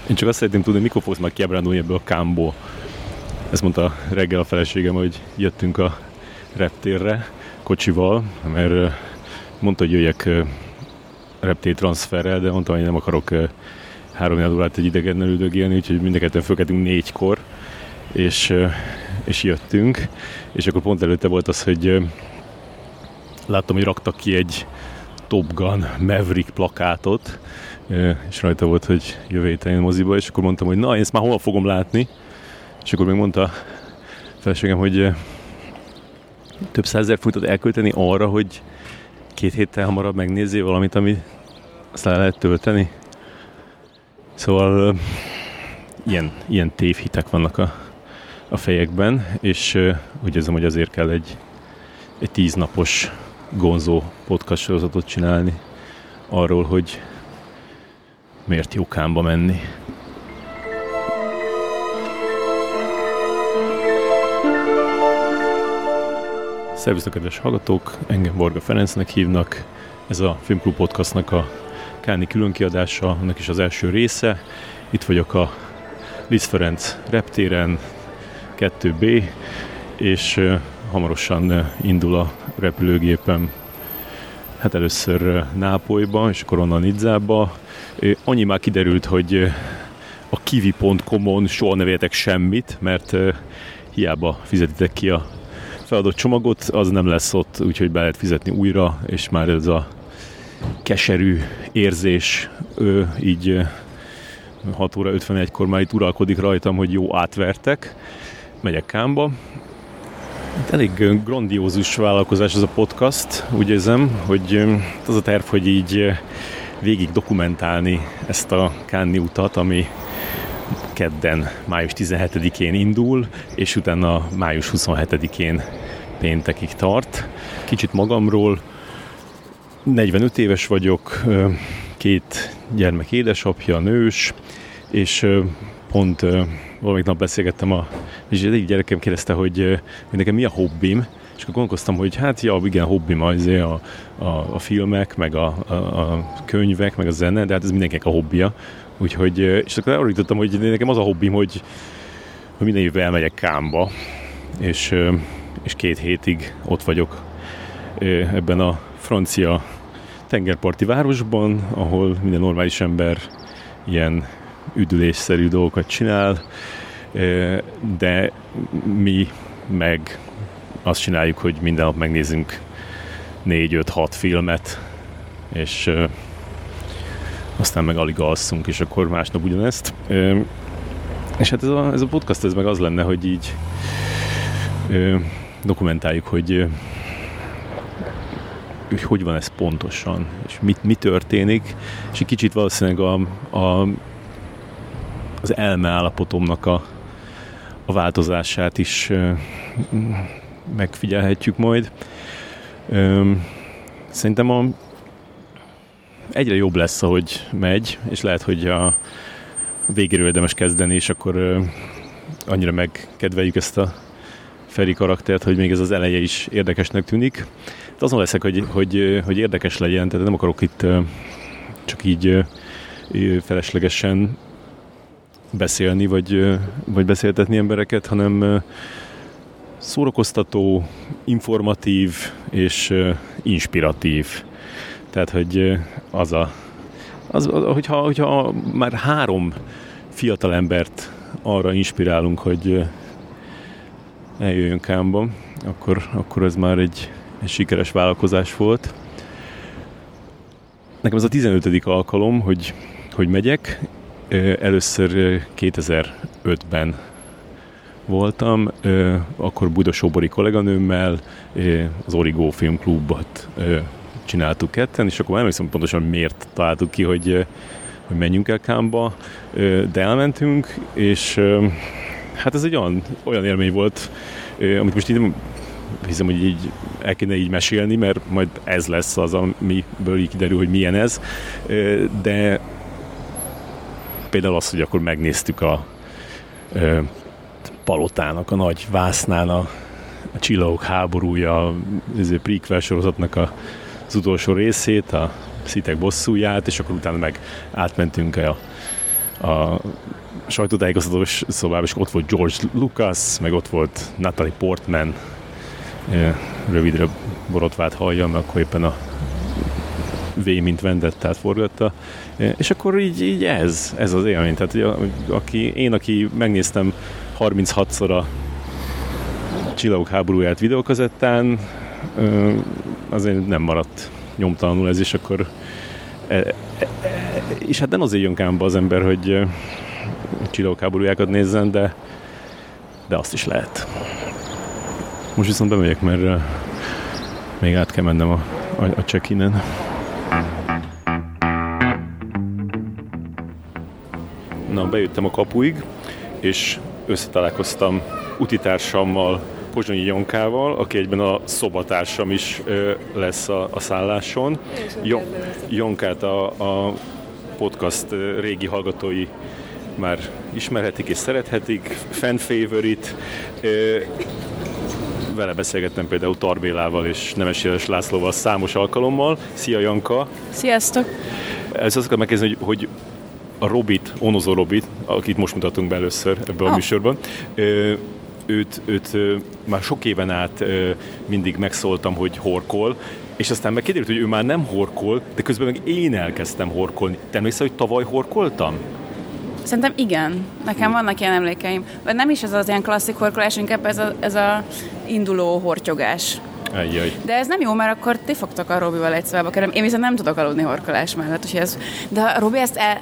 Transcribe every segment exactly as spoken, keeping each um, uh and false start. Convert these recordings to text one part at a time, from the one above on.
Én csak azt szeretném tudni, mikor fogsz már kiábrándulni ebből a kámból. Ezt mondta reggel a feleségem, hogy jöttünk a reptérre kocsival, mert mondta, hogy jöjjek reptér transferrel, de mondtam, hogy nem akarok három órát egy idegennel üldögélni, úgyhogy mind a ketten fölkeltünk négykor, és, és jöttünk. És akkor pont előtte volt az, hogy láttam, hogy raktak ki egy Top Gun Maverick plakátot, és rajta volt, hogy jövő héten moziba, és akkor mondtam, hogy na, én ezt már hol fogom látni? És akkor még mondta a feleségem, hogy több százezer forintot elkölteni arra, hogy két héttel hamarabb megnézzél valamit, ami aztán el lehet tölteni. Szóval ilyen, ilyen tévhitek vannak a, a fejekben, és úgy érzem, hogy azért kell egy, egy tíznapos Gonzo podcast sorozatot csinálni arról, hogy miért jó kámba menni. Szervusztok, kedves hallgatók! Engem Varga Ferencnek hívnak. Ez a Filmklub Podcastnak a Cannes-i különkiadása, annak is az első része. Itt vagyok a Liszt Ferenc reptéren, kettő bé, és uh, hamarosan indul a repülőgépem. Hát először Nápolyba, és akkor onnan Nizzába. Annyi már kiderült, hogy a kiwi pont com-on soha ne vegyetek semmit, mert hiába fizetitek ki a feladott csomagot, az nem lesz ott, úgyhogy be lehet fizetni újra, és már ez a keserű érzés ő, így hat óra ötvenegykor már itt uralkodik rajtam, hogy jó, átvertek. Megyek Cannesba. Elég grandiózus vállalkozás ez a podcast, úgy érzem, hogy az a terv, hogy így végig dokumentálni ezt a Cannes-i utat, ami kedden, május tizenhetedikén indul, és utána május huszonhetedikén péntekig tart. Kicsit magamról, negyvenöt éves vagyok, két gyermek édesapja, nős, és pont valamelyik nap beszélgettem, a, és az egyik gyerekem kérdezte, hogy, hogy nekem mi a hobbim, és akkor gondolkoztam, hogy hát ja, igen, hobbim az a, a, a filmek, meg a, a, a könyvek, meg a zene, de hát ez mindenkinek a hobbija. Úgyhogy, és akkor arra jutottam, hogy nekem az a hobbim, hogy, hogy minden évben elmegyek Cannesba, és, és két hétig ott vagyok ebben a francia tengerparti városban, ahol minden normális ember ilyen üdülésszerű dolgokat csinál, de mi meg azt csináljuk, hogy minden nap megnézzünk négy öt hat filmet, és aztán meg alig alszunk, és akkor másnap ugyanezt. És hát ez a, ez a podcast, ez meg az lenne, hogy így dokumentáljuk, hogy hogy, hogy van ez pontosan, és mit, mi történik, és egy kicsit valószínűleg a, a, az elmeállapotomnak a, a változását is megfigyelhetjük majd. Szerintem a egyre jobb lesz, ahogy megy, és lehet, hogy a végéről érdemes kezdeni, és akkor uh, annyira megkedveljük ezt a Feri karaktert, hogy még ez az eleje is érdekesnek tűnik. De azon leszek, hogy, hogy, hogy érdekes legyen, tehát nem akarok itt uh, csak így uh, feleslegesen beszélni, vagy, uh, vagy beszéltetni embereket, hanem uh, szórakoztató, informatív és uh, inspiratív. Tehát, hogy az a, az, hogyha, hogyha már három fiatal embert arra inspirálunk, hogy eljöjjön Cannesba, akkor, akkor ez már egy, egy sikeres vállalkozás volt. Nekem ez a tizenötödik alkalom, hogy, hogy megyek. Először kétezer-ötben voltam, akkor budasobori kolléganőmmel az Origo Filmklubot csináltuk ketten, és akkor nem emlékszem pontosan miért találtuk ki, hogy, hogy menjünk el Cannesba, de elmentünk, és hát ez egy olyan, olyan élmény volt, amit most így nem hiszem, hogy így el kéne így mesélni, mert majd ez lesz az, amiből így kiderül, hogy milyen ez, de például az, hogy akkor megnéztük a Palotának, a nagy vásznán a, a Csillagok háborúja, a prequel sorozatnak a az utolsó részét, a Szitek bosszúját, és akkor utána meg átmentünk a a sajtótájékoztatós szobában, és ott volt George Lucas, meg ott volt Natalie Portman, rövidre borotvált hajjal, meg akkor éppen a V, mint Vendettát forgatta. És akkor így, így ez, ez az élmény. Tehát aki, én, aki megnéztem harminchatszor a Csillagok háborúját videókazettán, azért nem maradt nyomtalanul ez, és akkor és hát nem azért jön kámba az ember, hogy Csillagok háborújákat nézzen, de, de azt is lehet. Most viszont bemegyek, mert még át kell mennem a, a, a check-inen. Na, bejöttem a kapuig, és összetalálkoztam utitársammal, Pozsonyi Jonkával, aki egyben a szobatársam is ö, lesz a, a szálláson. Jon, Jonkát a, a podcast régi hallgatói már ismerhetik és szerethetik, fan favorite. Ö, vele beszélgettem például Tarbélával és Nemesjeles Lászlóval számos alkalommal. Szia, Janka! Sziasztok! Ez azt kell megkérdezni, hogy, hogy a Robit, Onozó Robit, akit most mutatunk be először ebben oh. a műsorban, ö, őt, őt már sok éven át mindig megszóltam, hogy horkol, és aztán meg kiderült, hogy ő már nem horkol, de közben meg én elkezdtem horkolni. Te emlékszel, hogy tavaly horkoltam? Szerintem igen. Nekem vannak ilyen emlékeim. Vagy nem is ez az ilyen klasszik horkolás, inkább ez a, ez a induló hortyogás. Ajjaj. De ez nem jó, mert akkor ti fogtok a Robival egy szobába kerülni. Én viszont nem tudok aludni horkolás mellett. Úgyhogy ez... De a Robi ezt el...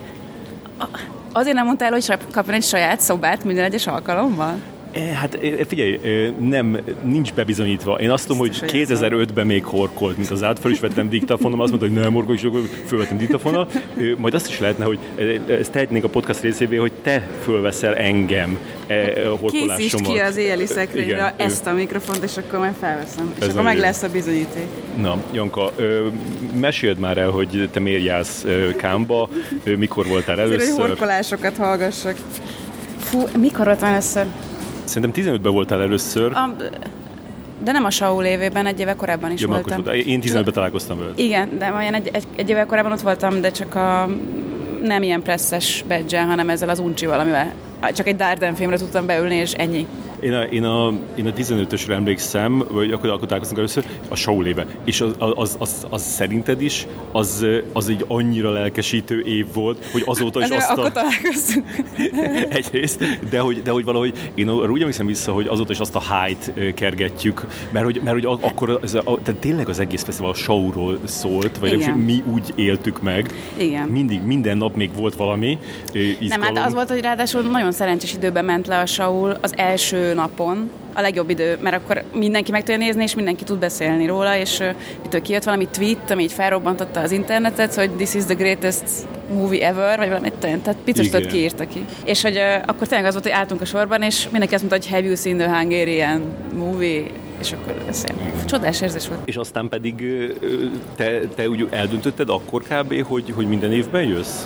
azért nem mondtál, hogy kapjon egy saját szobát minden egyes alkalommal? Hát figyelj, nem, nincs bebizonyítva. Én azt tudom, hogy kétezer-ötben még horkolt, mint az át, fel is vettem diktafonom, azt mondta, hogy nem horkol, és akkor fölvettem diktafonnal. Majd azt is lehetne, hogy ezt tehetnénk a podcast részévé, hogy te fölveszel engem horkolásommal. Készítsd ki az éjjeli szekrényre igen, ezt a mikrofont, és akkor majd felveszem. És akkor meg lesz a bizonyíték. Na, Janka, meséld már el, hogy te miért jársz Kámba, mikor voltál először? Azért, hogy horkolásokat hallgassak. Fú, mikor voltam először? Szerintem tizenötben voltál először. A, de nem a Saul évében, egy éve korábban is ja, voltam. Akkor, én tizenötben találkoztam veled. Igen, de olyan egy, egy, egy éve korábban ott voltam, de csak a nem ilyen presszes badge-el, hanem ezzel az uncsival, amivel csak egy Darden filmre tudtam beülni, és ennyi. Én a, én a, én a tizenötösre emlékszem, vagy akkor, akkor találkoztunk először, a Saul-ébe. És az, az, az, az szerinted is, az, az egy annyira lelkesítő év volt, hogy azóta is azt a... Akkor találkoztunk. Egyrészt, de hogy, de hogy valahogy, én úgy emlékszem vissza, hogy azóta is azt a hype kergetjük, mert hogy, mert hogy akkor, ez a, tehát tényleg az egész fesztivál a show-ról szólt, vagy igen. Mi úgy éltük meg. Igen. Mindig, minden nap még volt valami izgalom. Nem, hát az volt, hogy ráadásul nagyon szerencsés időben ment le a Saul az első napon, a legjobb idő, mert akkor mindenki meg tudja nézni, és mindenki tud beszélni róla, és uh, itt kijött valami tweet, ami így felrobbantotta az internetet, hogy this is the greatest movie ever, vagy valami olyan, tehát biztos tudod, ki írta ki. És hogy uh, akkor tényleg az volt, hogy álltunk a sorban, és mindenki azt mondta, hogy have you seen the Hungarian movie, és akkor ez csodás érzés volt. És aztán pedig te, te úgy eldöntötted akkor kb., hogy, hogy minden évben jössz?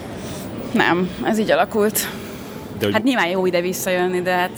Nem, ez így alakult. De, hogy... Hát nyilván jó ide visszajönni, de hát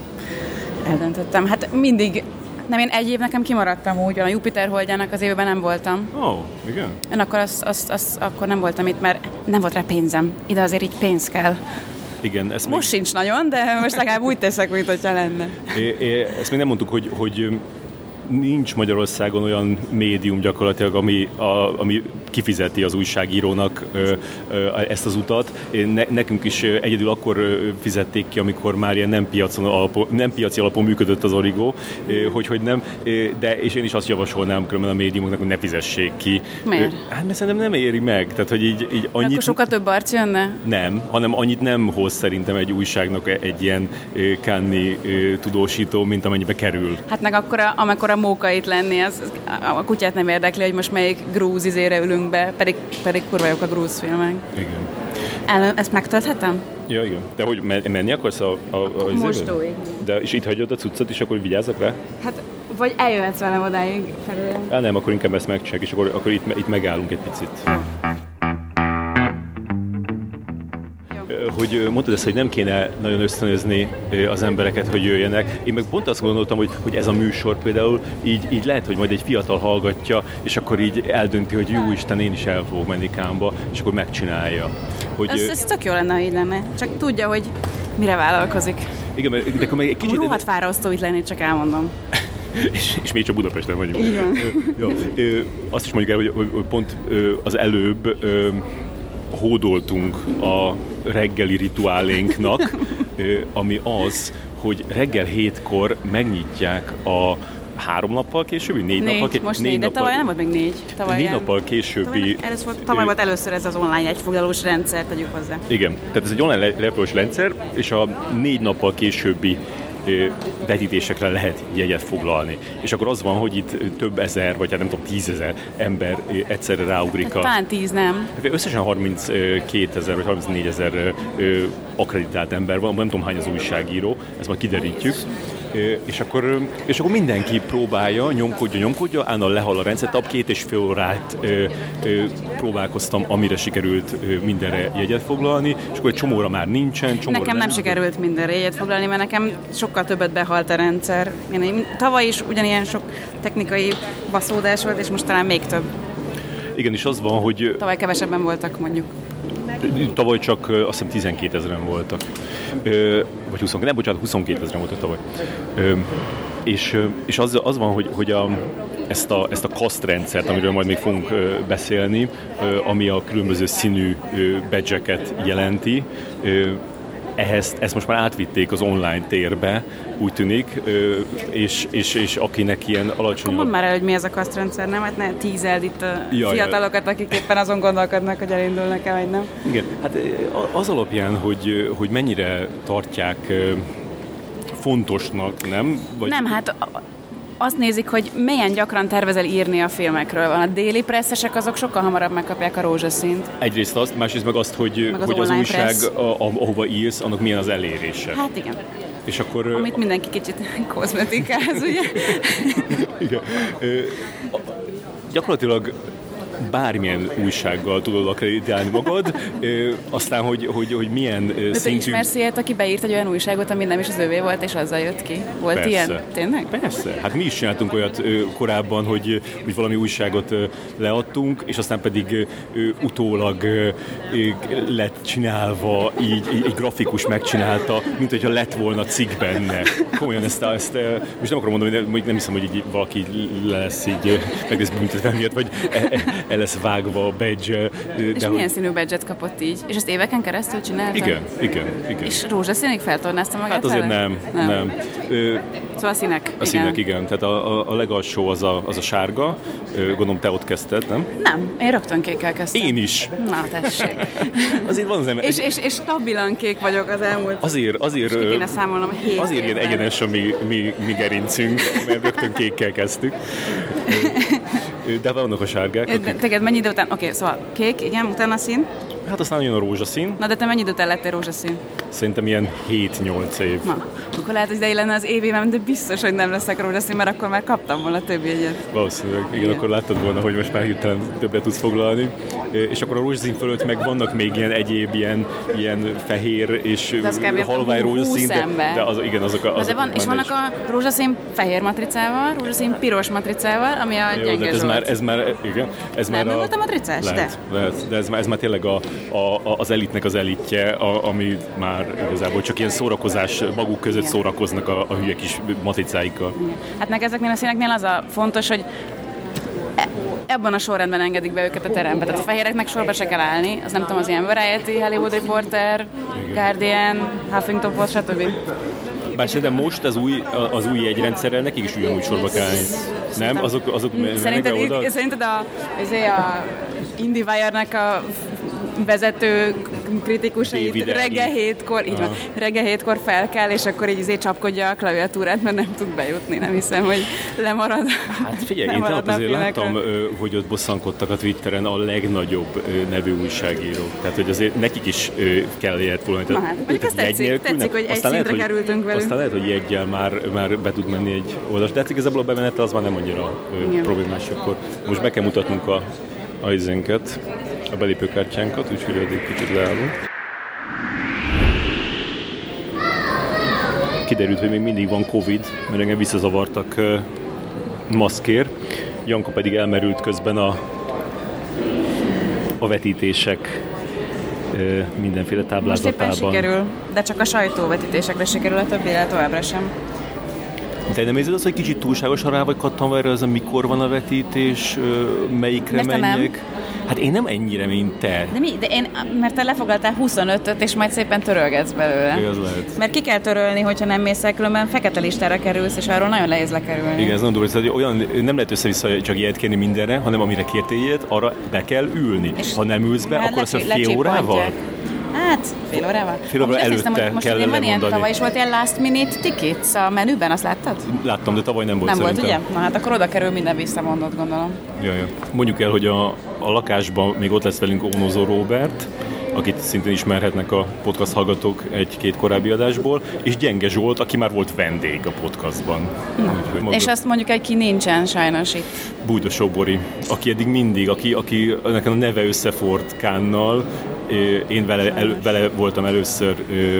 uh, eldöntöttem. Hát mindig, nem én egy év nekem kimaradtam úgy, a Jupiter holdjának az évben nem voltam. Ó, oh, igen? Én akkor, az, az, az, akkor nem voltam itt, mert nem volt rá pénzem. Ide azért így pénz kell. Igen, ezt most még... sincs nagyon, de most legalább úgy teszek, mint hogyha lenne. É, é, ezt még nem mondtuk, hogy, hogy nincs Magyarországon olyan médium gyakorlatilag, ami, a, ami kifizeti az újságírónak ö, ö, ezt az utat. Ne, nekünk is egyedül akkor fizették ki, amikor már ilyen nem, piacon alapon, nem piaci alapon működött az Origo, hogy, hogy nem, de és én is azt javasolnám különben a médiumoknak, hogy ne fizessék ki. Miért? Hát mert szerintem nem éri meg. Tehát, hogy így, így annyit... Akkor sokkal több arc jönne? Nem, hanem annyit nem hoz szerintem egy újságnak egy ilyen Cannes-i tudósító, mint amennyibe kerül. Hát meg akkor, amikor a móka itt lenni, az, a kutyát nem érdekli, hogy most melyik grúz izére ülünk be, pedig, pedig kurva jók a grúz filmek. Igen. El, ezt megtölthetem? Ja, igen. De hogy menni akarsz a... a, a most úgy. De és itt hagyod a cuccot, és akkor vigyázzak rá? Hát, vagy eljöhetsz velem odáig felőle. Á, nem, akkor inkább ezt megcsináljuk, és akkor, akkor itt, itt megállunk egy picit. Jó. hogy mondtad ezt, hogy nem kéne nagyon ösztönözni az embereket, hogy jöjjenek. Én meg pont azt gondoltam, hogy, hogy ez a műsor például így, így lehet, hogy majd egy fiatal hallgatja, és akkor így eldönti, hogy jó Isten, én is el fogok menni Cannes-ba, és akkor megcsinálja. Hogy, ez, ez tök jó lenne, ha így lenne. Csak tudja, hogy mire vállalkozik. Igen, mert de akkor meg egy kicsit... Rohadt fárasztó itt lenni, csak elmondom. és, és még csak Budapesten vagyunk. Igen. Ja, azt is mondjuk el, hogy, hogy, hogy pont az előbb hódoltunk a reggeli rituálénknak, ami az, hogy reggel hétkor megnyitják a három nappal későbbi, négy, négy nappal későbbi. Most négy, de tavaly nem volt még négy. Tavaly négy nappal későbbi. Tavaly, volt, tavaly volt először ez az online egyfoglalós rendszer, tegyük hozzá. Igen, tehát ez egy online repülős rendszer, és a négy nappal későbbi vetítésekre lehet jegyet foglalni. És akkor az van, hogy itt több ezer, vagy hát nem tudom, tízezer ember egyszerre ráugrik. Hát, a... Talán tíz, nem? Összesen harminckétezer vagy harmincnégyezer akreditált ember van, nem tudom hány az újságíró, ezt majd kiderítjük. És akkor, és akkor mindenki próbálja, nyomkodja, nyomkodja, állna lehal a rendszer, ab két és fél órát ö, ö, próbálkoztam, amire sikerült ö, mindenre jegyet foglalni, és akkor egy csomóra már nincsen. Csomóra nekem nem, nem sikerült mindenre jegyet foglalni, mert nekem sokkal többet behalt a rendszer. Én, én, tavaly is ugyanilyen sok technikai baszódás volt, és most talán még több. Igen, és az van, hogy... Tavaly kevesebben voltak, mondjuk. Tavaly csak azt hiszem tizenkétezren voltak. Ö, vagy húsz, nem, bocsánat, huszonkétezren voltak tavaly. Ö, és és az, az van, hogy, hogy a, ezt a, ezt a kasztrendszert, amiről majd még fogunk ö, beszélni, ö, ami a különböző színű ö, badge-eket jelenti, ö, ehhez, ezt most már átvitték az online térbe, úgy tűnik, és, és, és akinek ilyen alacsony... Mondd már el, hogy mi ez a kasztrendszer, nem? Hát ne tízeld itt a ja, fiatalokat, akik éppen azon gondolkodnak, hogy elindulnak el, vagy nem? Igen, hát az alapján, hogy, hogy mennyire tartják fontosnak, nem? Vagy... Nem, hát... Azt nézik, hogy milyen gyakran tervezel írni a filmekről. Van a déli presszesek, azok sokkal hamarabb megkapják a rózsaszínt. Egyrészt azt, másrészt meg azt, hogy, meg az, hogy az újság, a, ahova írsz, annak milyen az elérése. Hát igen. És akkor... Amit mindenki kicsit kozmetikáz, ugye? Igen. Gyakorlatilag bármilyen újsággal tudod akkreditálni magad, ö, aztán, hogy, hogy, hogy milyen ö, de szintű... te ismersz ilyet, aki beírt egy olyan újságot, ami nem is az övé volt, és azzal jött ki? Volt Persze. ilyen? Tényleg? Persze. Hát mi is csináltunk olyat ö, korábban, hogy, hogy valami újságot ö, leadtunk, és aztán pedig ö, utólag ö, lett csinálva, így, így egy grafikus megcsinálta, mint hogyha lett volna cikk benne. Komolyan ezt, ezt most nem akarom mondani, de nem hiszem, hogy így valaki le lesz így meg lesz büntetve miatt, vagy el lesz vágva a badge. És milyen hogy... színű badge-et kapott így? És ezt éveken keresztül csinálta? Igen, igen, igen. És rózsaszínig feltornázta magát? Hát azért nem, nem. nem. Ö, szóval a színek. A igen. színek, igen. Tehát a, a, a legalsó az a, az a sárga. Ö, gondolom te ott kezdted, nem? Nem, én rögtön kékkel kezdtem. Én is. Na, tessék. Azért van az ember. És, és, és stabilan kék vagyok az elmúlt. Azért, azért... És ki kéne számolnom hét Azért ilyen egyenes a mi, mi, mi gerincünk, mert rögtön kékkel kezdtük. De vannak a sárgák. Teged mennyi idő után? Oké, okay, szóval kék, igen, utána szín. Hát aztán jön a rózsaszín. Na, de te mennyi idő után lettél rózsaszín? Szerintem ilyen hét-nyolc év. Na, akkor lehet, hogy idei lenne az évében, de biztos, hogy nem leszek rózsaszín, mert akkor már kaptam volna több jegyet. Valószínűleg, igen, igen, akkor láttad volna, hogy most már hirtelen többet tudsz foglalni. És akkor a rózsaszín fölött meg vannak még ilyen egyéb, ilyen, ilyen fehér és halvány rózsaszín, de, de az, igen, azok a... Azok de van, és vannak a rózsaszín fehér matricával, rózsaszín piros matricával, ami a gyenge Jó, ez már, ez már, igen, ez nem, már nem a... volt a matricás, lehet, de? Lehet, de ez már, ez már tényleg a, a, az elitnek az elitje, a, ami már igazából csak ilyen szórakozás, maguk között igen. szórakoznak a, a hülye kis matricáikkal. Igen. Hát meg ezeknél a színeknél az a fontos, hogy ebben a sorrendben engedik be őket a terembe. Tehát a fehéreknek sorba se kell állni, az nem tudom, az ilyen Variety, Hollywood Reporter, igen. Guardian, Huffington Post, stb. Bár szerintem most az új, az új jegyrendszerrel nekik is ugyanúgy sorba kell állni. Nem? Azok, azok szerinted, így, szerinted a, a IndieWire-nek a vezető kritikusait reggel hétkor, így van, reggel hétkor fel kell, és akkor így azért csapkodja a klaviatúrát, mert nem tud bejutni, nem hiszem, hogy lemarad. Hát figyelj, én tehát azért láttam, hogy ott bosszankodtak a Twitteren a legnagyobb nevű újságírók. Tehát, hogy azért nekik is kell ilyet volna. Na hát, mondjuk ezt tetszik, tetszik, hogy egy szintre kerültünk velük. Aztán lehet, hogy jeggyel már, már be tud menni egy oldalra. De hát igazából a bemenete az már nem annyira problémás. Akkor most be kell mutatnunk a a izénket, a belépőkártyánkat, úgyhogy addig kicsit leállunk. kiderült, hogy még mindig van Covid, mert engem visszazavartak maszkért. Janka pedig elmerült közben a, a vetítések mindenféle táblázatában. Most éppen sikerül, de csak a sajtóvetítésekre sikerül, a többére továbbra sem. De nem érzed azt, hogy kicsit túlságosan rá vagy kattanva erre, az a mikor van a vetítés, melyikre mert menjek? Hát én nem ennyire, mint te. De mi? De én, mert te lefoglaltál huszonötöt, és majd szépen törölgetsz belőle. Igen, az lehet. Mert ki kell törölni, hogyha nem mész el, különben fekete listára kerülsz, és arról nagyon nehéz lekerülni. Igen, ez nagyon durva, hogy olyan, nem lehet össze-vissza csak ilyet kérni mindenre, hanem amire kértél ilyet, arra be kell ülni. És ha nem ülsz be, hát akkor azt a fél órával? Hát, fél órával? Fél órával előtte hiszem, most kell lemondani. Ilyen, tavaly is volt ilyen last minute tickets a menüben, azt láttad? Láttam, de tavaly nem volt Nem szerintem. volt, ugye? Na hát akkor oda kerül minden visszamondott, gondolom. Ja, ja. Mondjuk el, hogy a, a lakásban még ott lesz velünk Ónozó Róbert, akit szintén ismerhetnek a podcast hallgatók egy-két korábbi adásból, és Gyenge Zsolt, aki már volt vendég a podcastban. Hm. És azt mondjuk, hogy ki nincsen sajnos itt. Bújdosó Bori, aki eddig mindig, aki, aki nekem a neve összefort Kánnal, én vele, el, vele voltam először,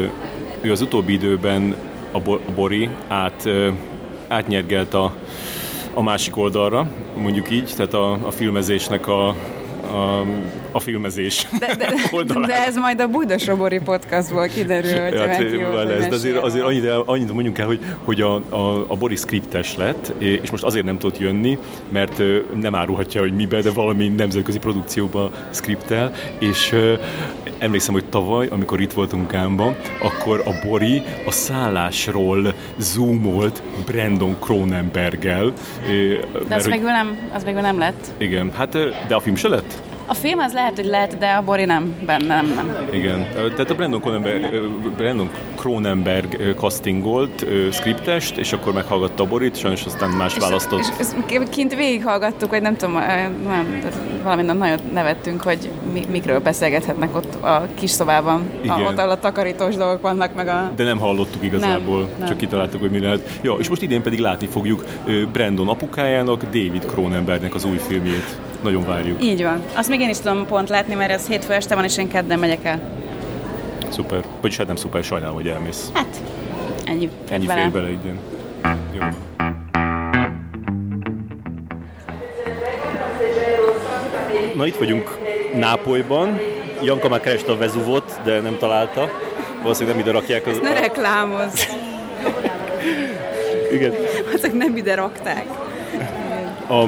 ő az utóbbi időben, a Bori át, átnyergelt a, a másik oldalra, mondjuk így, tehát a, a filmezésnek a A, a filmezés de, de, de ez majd a Bújdosó Bori podcastból kiderül, hogy hát, lesz, de azért, azért annyit, annyit mondjunk el, hogy, hogy a, a, a Bori skriptes lett, és most azért nem tudott jönni, mert nem árulhatja, hogy miben, de valami nemzetközi produkcióba skriptel, és emlékszem, hogy tavaly, amikor itt voltunk Kámban, akkor a Bori a szállásról zoomolt Brandon Cronenberggel. De az, hogy, végül nem, az végül nem lett. Igen, hát de a film se lett? A film az lehet, hogy lehet, de a Bori nem, benne nem, nem. Igen, tehát a Brandon Cronenberg, Brandon Cronenberg castingolt skriptest, és akkor meghallgatta a Borit, sajnos aztán más és, választott. És, és kint végighallgattuk, hogy nem tudom, nem, valami nagyon nevettünk, hogy mi, mikről beszélgethetnek ott a kis szobában. A, ott a takarítós dolgok vannak, meg a... De nem hallottuk igazából, nem, csak nem. Kitaláltuk, hogy mi lehet. Ja, és most idén pedig látni fogjuk Brandon apukájának, David Cronenbergnek az új filmjét. Nagyon várjuk. Így van. Azt még én is tudom pont látni, mert ez hétfő este van, és én kedden megyek el. Szuper. Vagyis hát nem szuper, sajnálom, hogy elmész. Hát, ennyi. Ennyi fér bele idén. Jó. Na, itt vagyunk Nápolyban. Janka már kereste a Vezuvot, de nem találta. Valószínűleg nem ide rakják. Az... Ezt ne reklámozz. Igen. Azok nem ide rakták. A...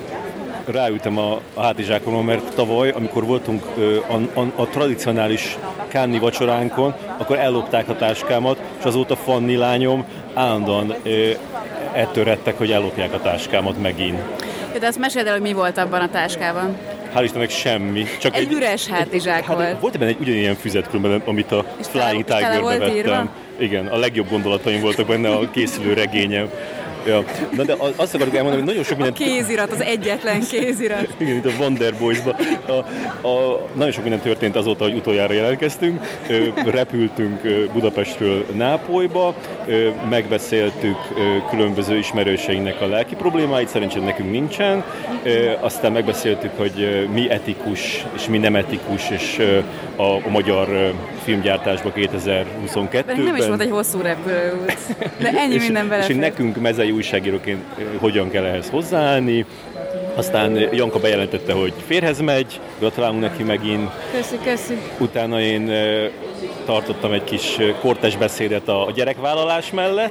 Ráültem a, a hátizsákomon, mert tavaly, amikor voltunk a, a, a tradicionális Cannes-i vacsoránkon, akkor ellopták a táskámat, és azóta Fanni lányom állandóan ö, ettől rettek, hogy ellopják a táskámat megint. De azt meséld el, hogy mi volt abban a táskában. Hál' Istennek semmi. Csak egy, egy üres hátizsák hát, volt. Volt ebben egy ugyanilyen füzet különben, amit a és Flying Tigerbe vettem. Írva? Igen, a legjobb gondolataim voltak benne a készülő regényem. Ja. Na de azt akarok elmondani, hogy nagyon sok mindent... A kézirat, az egyetlen kézirat. Igen, itt a Wonder Boys-ba. A, a, nagyon sok minden történt azóta, hogy utoljára jelentkeztünk. Repültünk Budapestről Nápolyba, megbeszéltük különböző ismerőseinknek a lelki problémáit, szerencsére nekünk nincsen. Aztán megbeszéltük, hogy mi etikus és mi nem etikus, és a, a magyar filmgyártásban kétezer-huszonkettőben. Nem is volt egy hosszú repülőút, de ennyi és, minden belefér. És nekünk mezei újságíróként hogyan kell ehhez hozzáállni. Aztán Janka bejelentette, hogy férhez megy, gratulálunk neki megint. Köszi, köszi. Utána én tartottam egy kis kortes beszédet a gyerekvállalás mellett.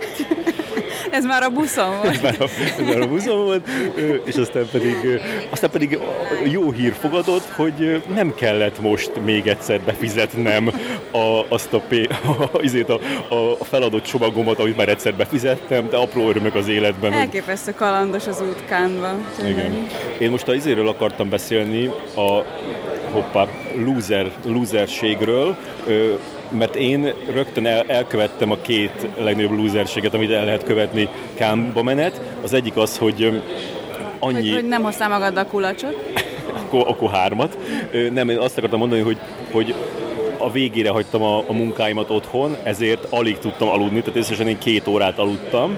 Ez már a buszon volt. Ez már a, ez már a buszon volt, és aztán pedig, aztán pedig jó hír fogadott, hogy nem kellett most még egyszer befizetnem a, azt a, a, a, a feladott csomagomat, amit már egyszer befizettem, de apró örömök az életben. Elképesztő kalandos az út Cannes-ban. Igen. Én most az izéről akartam beszélni, a hoppá, loser, loserségről, mert én rögtön el, elkövettem a két legnagyobb loserséget, amit el lehet követni Cannes-ba menet. Az egyik az, hogy annyi... Hogy, hogy nem hoztál magaddal kulacsot? akkor, akkor hármat. Nem, én azt akartam mondani, hogy, hogy a végére hagytam a, a munkáimat otthon, ezért alig tudtam aludni, tehát összesen én két órát aludtam.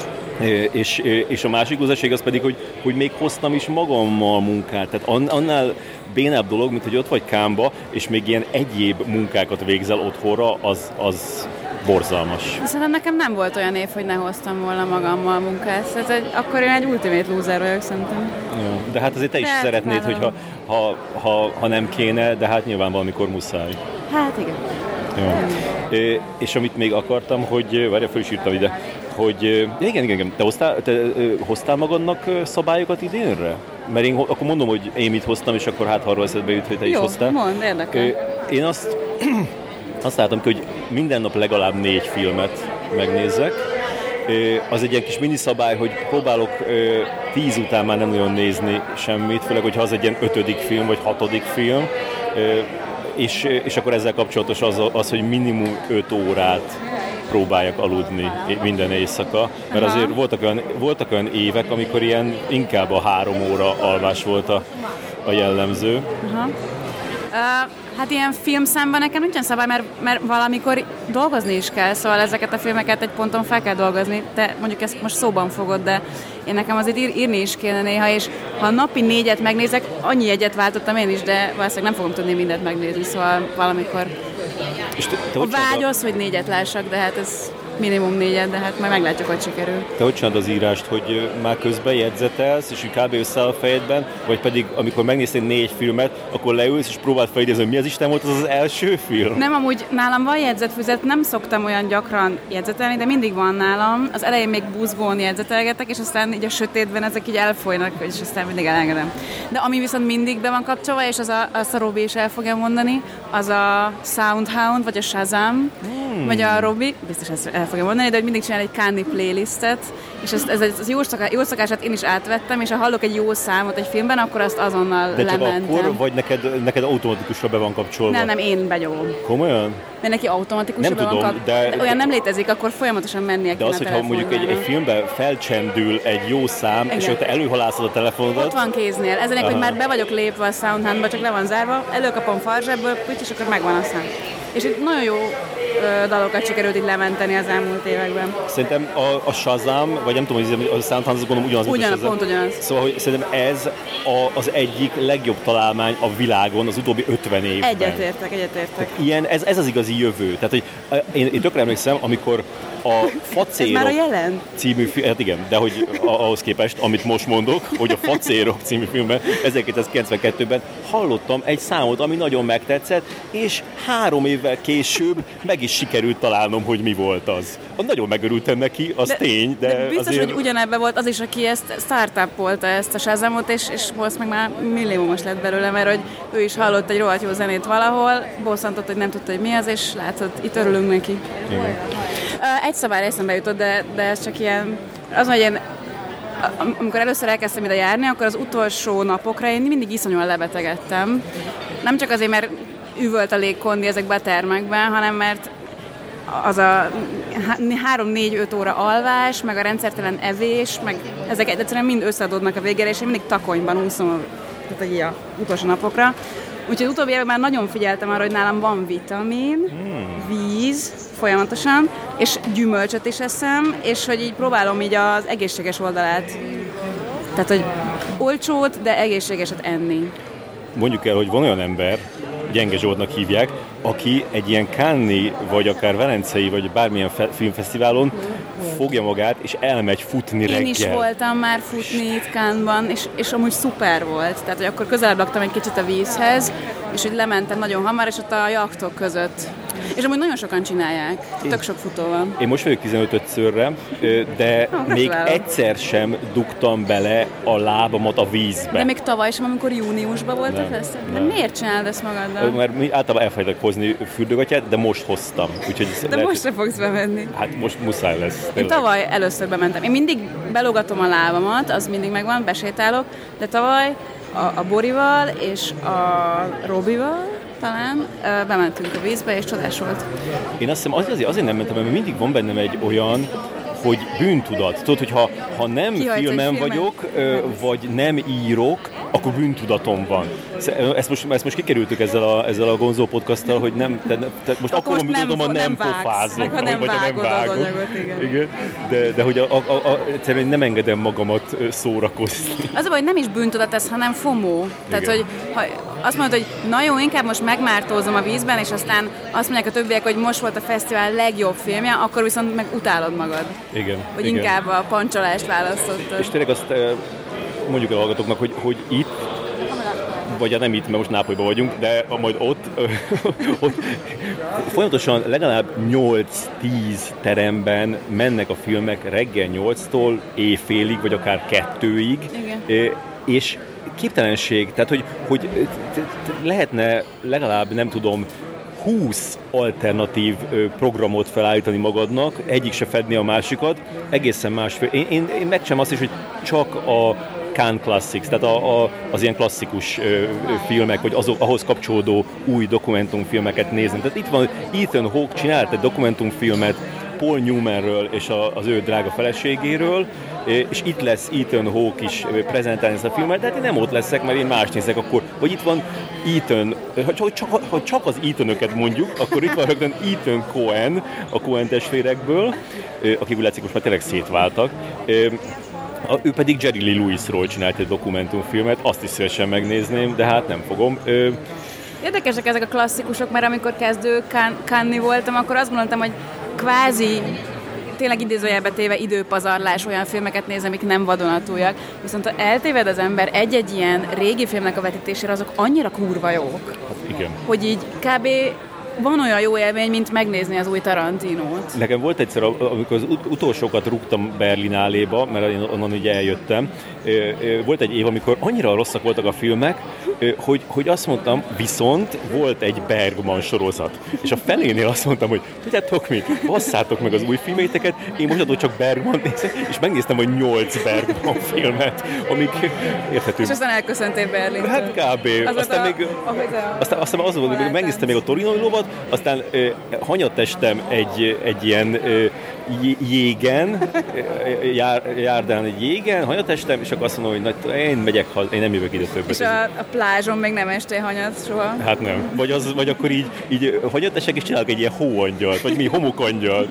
És, és a másik loserség az pedig, hogy, hogy még hoztam is magammal munkát. Tehát annál bénább dolog, mint hogy ott vagy Cannes-ba, és még ilyen egyéb munkákat végzel otthonra, az, az borzalmas. Szerintem nekem nem volt olyan év, hogy ne hoztam volna magammal munkát. Tehát egy, akkor én egy ultimate loser vagyok szerintem. Ja, de hát azért te is de szeretnéd, hogyha ha, ha, ha nem kéne, de hát nyilván valamikor muszáj. Hát igen. Ja. É, és amit még akartam, hogy, várjál, föl is írtam ide, hogy igen, igen, igen, te hoztál, te hoztál magadnak szabályokat idénre? Mert én akkor mondom, hogy én mit hoztam, és akkor hát arról eszedbe jut, hogy te Jó, is hoztál. Jó, mondd, érdekel. Én azt, azt láttam ki, hogy minden nap legalább négy filmet megnézzek. Az egy ilyen kis miniszabály, hogy próbálok tíz után már nem nagyon nézni semmit, főleg, hogyha az egy ilyen ötödik film, vagy hatodik film. És, és akkor ezzel kapcsolatos az, az, hogy minimum öt órát próbáljak aludni minden éjszaka, mert Aha. azért voltak olyan, voltak olyan évek, amikor ilyen inkább a három óra alvás volt a, a jellemző. Aha. Uh, hát ilyen filmszámban nekem nincsen szabály, mert, mert valamikor dolgozni is kell, szóval ezeket a filmeket egy ponton fel kell dolgozni. Te mondjuk ezt most szóban fogod, de én nekem azért ír, írni is kéne néha, és ha napi négyet megnézek, annyi jegyet váltottam én is, de valószínűleg nem fogom tudni mindent megnézni, szóval valamikor És te, te hogy vágyos, hogy négyet lássak, de hát ez minimum négyet, de hát majd meglátjuk, hogy sikerül. Te hogy csinálod az írást, hogy már közben jegyzetelsz, és hogy kb. Összeáll a fejedben, vagy pedig amikor megnéztél négy filmet, akkor leülsz, és próbáld felidézni, hogy mi az Isten volt az az első film? Nem, amúgy nálam van jegyzetfüzet, nem szoktam olyan gyakran jegyzetelni, de mindig van nálam. Az elején még buzgón jegyzetelgetek, és aztán így a sötétben ezek így elfolynak, és aztán mindig elengedem. De ami viszont mindig be van kapcsolva, és az a, azt a Robi is el fogja mondani, az a Soundhound, vagy a Shazam, hmm. vagy a Robi, biztos ezt el fogja mondani, de hogy mindig csinál egy Cannes playlistet, és ez, ez, ez jó, szaká, jó szakását én is átvettem, és ha hallok egy jó számot egy filmben, akkor azt azonnal de lementem. De akkor, vagy neked, neked automatikusra be van kapcsolva? Nem, nem, én benyomom. Komolyan? Mert neki automatikusra nem be tudom, van kap... de... de olyan nem létezik, akkor folyamatosan mennie de kéne az, hogyha mondjuk egy, egy filmben felcsendül egy jó szám, igen. és ott előhalászod a telefonodat... Ott van kéznél. Ezenek, hogy már be vagyok lépve a Soundhoundba, csak le van zárva, előkapom farzsebből, és akkor megvan a szám. És itt nagyon jó ö, dalokat sikerült így lementeni az elmúlt években. Szerintem a, a Shazam, vagy nem tudom, hogy a Soundhound, azt gondolom ugyanaz, Ugyan, mint a pont ugyanaz. Szóval, hogy szerintem ez a, az egyik legjobb találmány a világon az utóbbi ötven évben. Egyetértek, egyetértek. Ilyen, ez, ez az igazi jövő. Tehát, hogy én, én tökre emlékszem, amikor a Facérok ez már a jelen? című film, hát igen, de hogy ahhoz képest, amit most mondok, hogy a Facérok című filmben ezerkilencszázkilencvenkettőben hallottam egy számot, ami nagyon megtetszett, és három évvel később meg is sikerült találnom, hogy mi volt az. Nagyon megörültem neki, az de, tény, de, de biztos, azért... hogy ugyanebben volt az is, aki ezt startupolta ezt a Shazamot, és, és most meg már milliómos lett belőle, mert hogy ő is hallott egy rohadt jó zenét valahol, bosszantott, hogy nem tudta, hogy mi az, és látod, itt örülünk neki. Igen. Egy szabály eszembe jutott, de, de ez csak ilyen, az, hogy én amikor először elkezdtem ide járni, akkor az utolsó napokra én mindig iszonyúan lebetegedtem. Nem csak azért, mert üvölt a légkondi ezekben a termekben, hanem mert az a három-négy-öt óra alvás, meg a rendszertelen evés, meg ezek egyszerűen mind összeadódnak a végére, és én mindig takonyban úszom tehát így a utolsó napokra. Úgyhogy utóbbi években már nagyon figyeltem arra, hogy nálam van vitamin, víz folyamatosan, és gyümölcsöt is eszem, és hogy így próbálom így az egészséges oldalát. Tehát, hogy olcsót, de egészségeset enni. Mondjuk el, hogy van olyan ember, Gyenge Zsoltnak hívják, aki egy ilyen Cannes-i, vagy akár velencei, vagy bármilyen fe- filmfesztiválon fogja magát, és elmegy futni reggel. Én is voltam már futni itt Cannes-ban, és, és amúgy szuper volt. Tehát, hogy akkor közelebb laktam egy kicsit a vízhez, és hogy lementem nagyon hamar, és ott a jachtok között. És amúgy nagyon sokan csinálják. Tök sok futó van. Én most vagyok tizenötödszörre, de oh, még egyszer sem dugtam bele a lábamat a vízbe. De még tavaly sem, amikor júniusban volt nem, a fesztivál. De miért csinálod ezt magaddal? Mert mi általában elfelejtek hozni fürdőgatyát, de most hoztam. Úgyhogy de lehet, most se fogsz bemenni. Hát most muszáj lesz. Én tavaly először bementem. Én mindig belógatom a lábamat, az mindig megvan, besétálok, de tavaly a, a Borival és a Robival talán bementünk a vízbe, és csodás volt. Én azt hiszem azért, azért nem mentem, mert mindig van bennem egy olyan, hogy bűntudat. Tudod, hogy ha, ha nem Kihajtsz filmen vagyok, ö, vagy nem írok, akkor bűntudatom van. Ezt most, ezt most kikerültük ezzel a, ezzel a Gonzó podcasttal, hogy nem, te, te, most akkor, akkor bűntudatom, ha nem, nem pofázok. Ha nem vagy vágod, nem vágod az anyagot, igen. igen. De, de hogy a, a, a, egyszerűen nem engedem magamat szórakozni. Az a baj, hogy nem is bűntudat ez, hanem FOMO. Tehát, hogy ha azt mondod, hogy na jó, inkább most megmártózom a vízben, és aztán azt mondják a többiek, hogy most volt a fesztivál legjobb filmje, akkor viszont meg utálod magad. Igen. Hogy igen. inkább a pancsolást választottad. És tényleg azt mondjuk a hallgatóknak, hogy, hogy itt, vagy nem itt, mert most Nápolyban vagyunk, de majd ott, ott folyamatosan legalább nyolc-tíz teremben mennek a filmek reggel nyolctól éjfélig, vagy akár kettőig. Igen. És képtelenség, tehát hogy, hogy lehetne legalább, nem tudom, húsz alternatív programot felállítani magadnak, egyik se fedni a másikat, egészen másfél. Én, én, én megcsinálom azt is, hogy csak a Cannes Classics, tehát a, a, az ilyen klasszikus ö, ö, filmek, vagy azok, ahhoz kapcsolódó új dokumentumfilmeket nézni. Tehát itt van, Ethan Hawke csinált egy dokumentumfilmet Paul Newmanről és a, az ő drága feleségéről, és itt lesz Ethan Hawke is prezentálni ezt a filmet, de hát én nem ott leszek, mert én más nézek akkor. Vagy itt van Ethan, ha csak, ha csak az Ethanöket mondjuk, akkor itt van rögtön Ethan Coen, a Coen testvérekből, akik úgy látszik most már tényleg szétváltak. Ő pedig Jerry Lee Lewisról csinált egy dokumentumfilmet, azt is szívesen megnézném, de hát nem fogom. Érdekesek ezek a klasszikusok, mert amikor kezdő Cannes-i voltam, akkor azt gondoltam, hogy kvázi tényleg idézőjelbe téve időpazarlás, olyan filmeket néz, amik nem vadonatújak. Viszont ha eltéved az ember egy-egy ilyen régi filmnek a vetítésére, azok annyira kurva jók. Hát igen. Hogy így kb. Van olyan jó élmény, mint megnézni az új Tarantinót. Nekem volt egyszer, amikor az utolsókat rúgtam Berlináléba, mert én onnan ugye eljöttem, volt egy év, amikor annyira rosszak voltak a filmek, hogy, hogy azt mondtam, viszont volt egy Bergman sorozat. És a felénél azt mondtam, hogy tudjátok mit, basszátok meg az új filméteket, én most csak Bergman nézek, és megnéztem, hogy nyolc Bergman filmet, amik érthető. És aztán elköszöntél Berlintől. Hát kb. Az aztán a, még, aztán, aztán az volt, hogy megnéztem még a Torinói lovat, aztán ö, hanyatestem egy, egy ilyen ö, jégen, jár, járdán egy jégen, hanyatestem, és akkor azt mondom, hogy na, én megyek haza, én nem jövök ide többet. És a, a plázson még nem estél hanyat soha? Hát nem. Vagy, az, vagy akkor így, így hanyatesek, és csinálok egy ilyen hóangyalt, vagy mi, homokangyalt.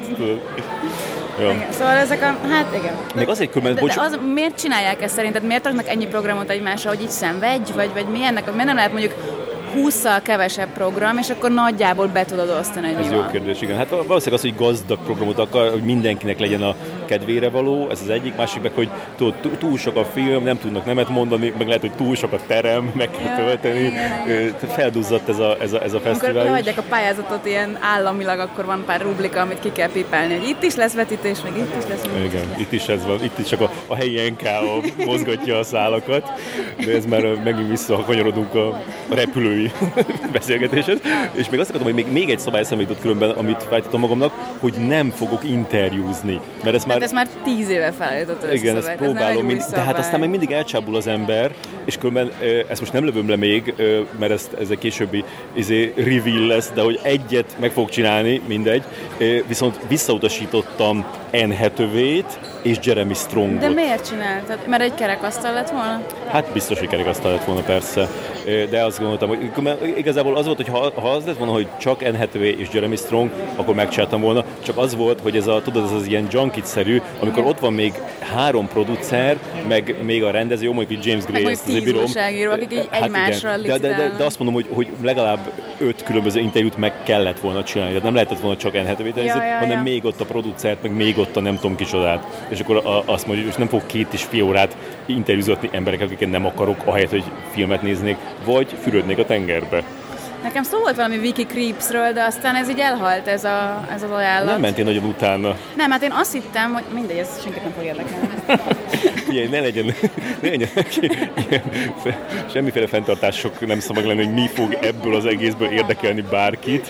Ja. Szóval ezek a, hát igen. Még azért különben, de, de az, miért csinálják ezt szerinted? Miért adnak ennyi programot egymásra, hogy így szenvedj? Vagy, vagy mi ennek? Miért nem lehet mondjuk hússzal kevesebb program, és akkor nagyjából be tudod osztani, hogy ez mi jó van. kérdés, igen. Hát valószínűleg az, hogy gazdag programot akar, hogy mindenkinek legyen a kedvére való, ez az egyik, másik meg, hogy tudod, túl sok a film, nem tudnak nemet mondani, meg lehet, hogy túl sok a terem, meg kell ja, tölteni. Felduzzadt ez a, ez a, ez a fesztivál. Amikor lehagyják a pályázatot ilyen államilag, akkor van pár rublika, amit ki kell pipálni, hogy itt is lesz vetítés, meg itt is lesz vetítés. Igen, itt is ez van, itt is csak a, a helyi en ká o mozgatja a szálakat, de ez már megint visszakanyarodunk a, a repülői beszélgetéshez. És még azt akartam, hogy még, még egy szabály eszembe jutott különben, amit feltettem magamnak, hogy nem fogok interjúzni. Mert ez már, hát ez már tíz éve felállított ezt igen, a ezt próbálom, mind, de hát aztán még mindig elcsábul az ember, és különben ezt most nem lövöm le még, mert ez, ez egy későbbi izé, reveal lesz, de hogy egyet meg fogok csinálni, mindegy. Viszont visszautasítottam Anne Hathaway-t és Jeremy Strongot. De miért csináltad? Mert egy kerekasztal lett volna? Hát biztos, hogy kerekasztal lett volna, persze. De azt gondoltam, hogy igazából az volt, hogy ha, ha az lett volna, hogy csak Anne Hathaway és Jeremy Strong, akkor megcsináltam volna. Csak az volt, hogy ez a, tudod, ez az ilyen junket-szerű, amikor ott van még három producer, meg még a rendező, jó, mondjuk James Gray, ezt azért bírom. Akik így hát egymásra de, de, de, de azt mondom, hogy, hogy legalább öt különböző interjút meg kellett volna csinálni. Tehát nem lehetett volna csak Anne Hathaway-t ja, ja, hanem ja. még ott a producert, meg még ott a nem tudom kicsodát. És akkor a, azt mondja, hogy nem fog két és fél órát interjúzatni emberek, akiket nem akarok, ahelyett, hogy filmet néznék, vagy fürödnék a tengerbe. Nekem szó volt valami Wiki Creepsről, de aztán ez így elhalt, ez, a, ez az ajánlat. Nem mentél nagyon utána. Nem, hát én azt hittem, hogy mindegy, ez senkit nem fog érdekelni. Ilyen, ne legyen, ne legyen ilyen, semmiféle fenntartások nem szabad lenni, hogy mi fog ebből az egészből érdekelni bárkit,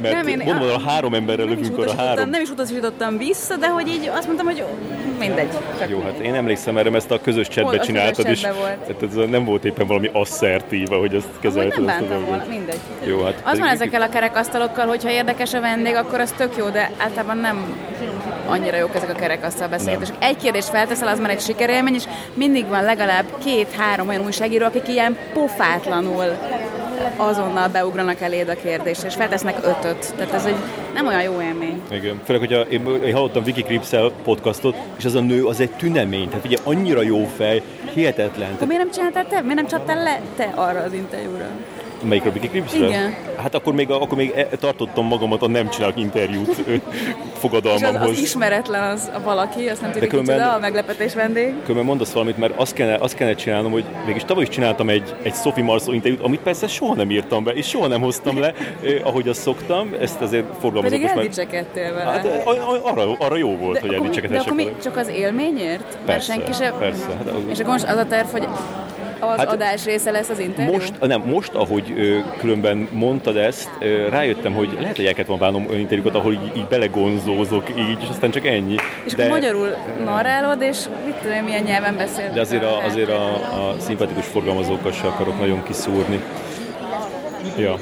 Mert nem, én, mondom, a, a három emberrel lövünk arra három. Nem is utasítottam vissza, de hogy így azt mondtam, hogy mindegy. Jó, hát én emlékszem erre, ezt a közös chatbe csináltad is. Tehát ez nem volt éppen valami asszertív, hogy azt kezelted. Nem bántam volna, mindegy. Jó, hát az van ezekkel a kerekasztalokkal, hogyha érdekes a vendég, akkor az tök jó, de általában nem annyira jók ezek a kerekasztal beszélgetések. Egy kérdést felteszel, az már egy sikerélmény, és mindig van legalább két-három olyan újságíró, akik ilyen pofátlanul azonnal beugranak eléd a kérdésre, és feltesznek ötöt. Tehát ez egy nem olyan jó élmény. Igen. Főleg, hogyha én, én hallottam Vicky Kripszel podcastot, és az a nő az egy tünemény. Tehát ugye annyira jó fej, hihetetlen. Tehát... Miért nem csináltál te? Miért nem csaptál le te arra az interjúra? Melyikről, Vicky Kripsről? Igen. Hát akkor még, akkor még tartottam magamat a nem csinálok interjút fogadalmamhoz. És az, az ismeretlen az a valaki, azt nem tudjuk kicsoda, a meglepetés vendég. Különben mondasz valamit, mert azt kellene, azt kellene csinálnom, hogy mégis tavaly is csináltam egy, egy Sophie Marceau interjút, amit persze soha nem írtam be, és soha nem hoztam le, eh, ahogy azt szoktam, ezt azért forgalmazok most már. Pedig eldicsekedtél vele. Hát, arra, arra jó volt, de hogy eldicsekedhessek. De akkor mi, csak az élményért? Persze, senki se... persze. Hát az... És akkor most az a terv, hogy az hát adás része lesz az interjú? Most, nem, most, ahogy ö, különben mondtad ezt, ö, rájöttem, hogy lehet, hogy el kellett volna bánom olyan interjúkat, ahol így, így belegonzózok, így, és aztán csak ennyi. És de... akkor magyarul narrálod, és mit tudom, milyen nyelven beszélsz? De azért a, azért a, a szimpatikus forgalmazókkal se akarok nagyon kiszúrni. Ja.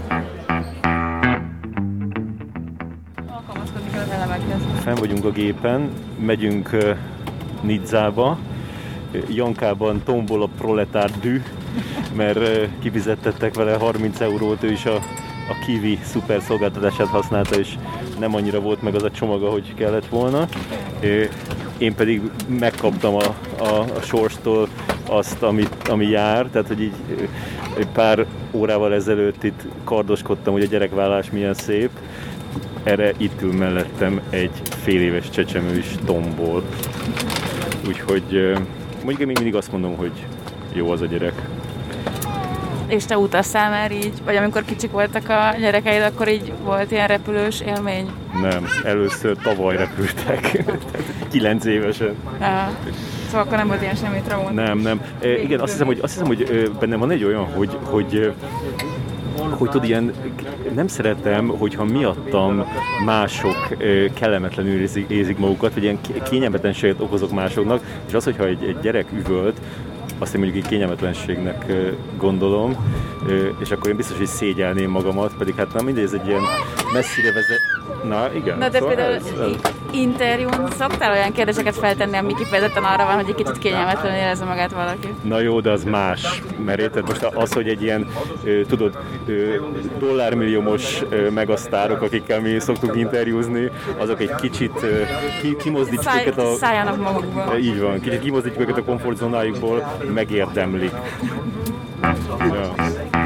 Fenn vagyunk a gépen, megyünk uh, Nizzába. Jankában tombol a proletár dű, mert uh, kifizettettek vele harminc eurót, ő is a, a Kiwi szuper szolgáltatását használta, és nem annyira volt meg az a csomag, ahogy kellett volna. Én pedig megkaptam a, a, a sorstól azt, amit, ami jár, tehát hogy így pár órával ezelőtt itt kardoskodtam, hogy a gyerekvállás milyen szép. Erre itt ül mellettem egy fél éves csecsemő is tombol. Úgyhogy mondjuk én még mindig azt mondom, hogy jó az a gyerek. És te utaztál már így? Vagy amikor kicsik voltak a gyerekeid, akkor így volt ilyen repülős élmény? Nem, először tavaly repültek, kilenc évesen. Aha. Szóval akkor nem volt ilyen semmi trauma? Nem, nem. E, igen, azt hiszem, hogy, azt hiszem, hogy bennem van egy olyan, hogy, hogy hogy tudod, ilyen, nem szeretem, hogyha miattam mások kellemetlenül érzik, érzik magukat, vagy ilyen kényelmetlenséget okozok másoknak, és az, hogyha egy, egy gyerek üvölt, azt én mondjuk egy kényelmetlenségnek gondolom, és akkor én biztos, hogy szégyelném magamat, pedig hát nem mindegy, ez egy ilyen messzire vezet... Na, igen. Na, de szóval például ez, ez... interjún szoktál olyan kérdéseket feltenni, ami kifejezetten arra van, hogy egy kicsit kényelmetlenül érezze magát valaki? Na jó, de az más. Mert érted, most az, hogy egy ilyen, tudod, dollármilliómos megasztárok, akikkel mi szoktunk interjúzni, azok egy kicsit ki, kimozdítjuk Száj, őket a... Szálljanak magukba. Így van, kicsit kimozdítjuk őket a komfortzónájukból, megérdemlik. Ja.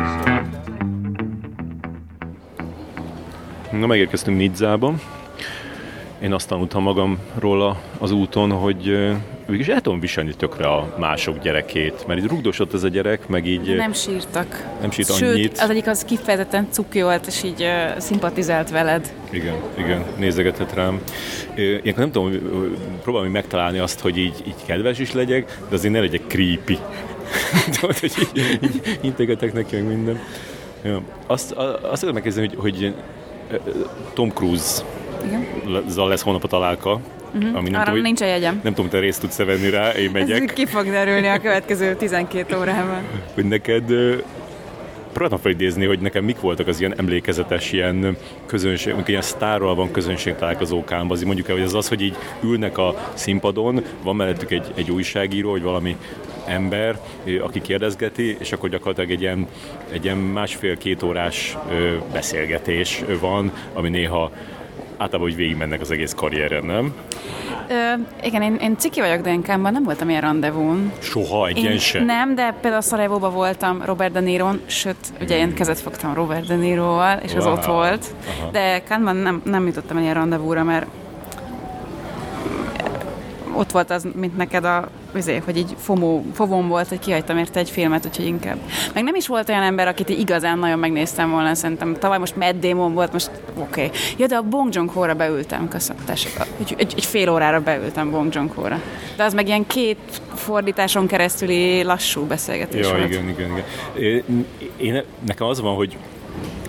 Na, megérkeztünk Nizzába. Én azt tanultam magamról az úton, hogy mégis el tudom viselni tökre a mások gyerekét, mert így rugdosott ez a gyerek, meg így... Nem sírtak. Nem sírt Sőt, annyit. az egyik az kifejezetten cuki volt, és így uh, szimpatizált veled. Igen, igen, nézegetett rám. Ilyenkor nem tudom, próbálom megtalálni azt, hogy így, így kedves is legyek, de azért ne legyek creepy. Tudod, hogy így, így integetek neki, meg minden. Ja. Azt, azt akarom megkérdezni, hogy, hogy Tom Cruise zal lesz holnap a találka. Uh-huh. Ami nem Arra tudom, nincs a jegyem. Nem tudom, te részt tudsz venni rá, én megyek. Ez ki fog derülni a következő tizenkét órában. Hogy neked... Próbáltam felidézni, hogy nekem mik voltak az ilyen emlékezetes, ilyen közönség, ilyen sztárral van közönség találkozókám, azért mondjuk el, hogy az az, hogy így ülnek a színpadon, van mellettük egy, egy újságíró, vagy valami ember, aki kérdezgeti, és akkor gyakorlatilag egy ilyen, egy ilyen másfél-két órás beszélgetés van, ami néha általában, hogy végigmennek az egész karrieren, nem? Ö, igen, én, én ciki vagyok dé en ká-ban, nem voltam ilyen rendezvún. Soha, egy ilyen se? Nem, de például Szarajevóban voltam Robert De Niro-n, sőt, ugye én kezet fogtam Robert De Niroval, és wow. az ott volt. Aha. De Cannes-ban nem, nem jutottam el ilyen rendezvúra, mert ott volt az, mint neked a azért, hogy így fomó, fovom volt, hogy kihagytam érte egy filmet, úgyhogy inkább. Meg nem is volt olyan ember, akit igazán nagyon megnéztem volna, szerintem tavaly most Matt Damon volt, most oké. Okay. Ja, de a Bong Joon-ho-ra beültem, köszönöm, tessék. Egy, egy, egy fél órára beültem Bong Joon-ho-ra. De az meg ilyen két fordításon keresztüli lassú beszélgetés ja, volt. igen, igen, igen. Én, én, nekem az van, hogy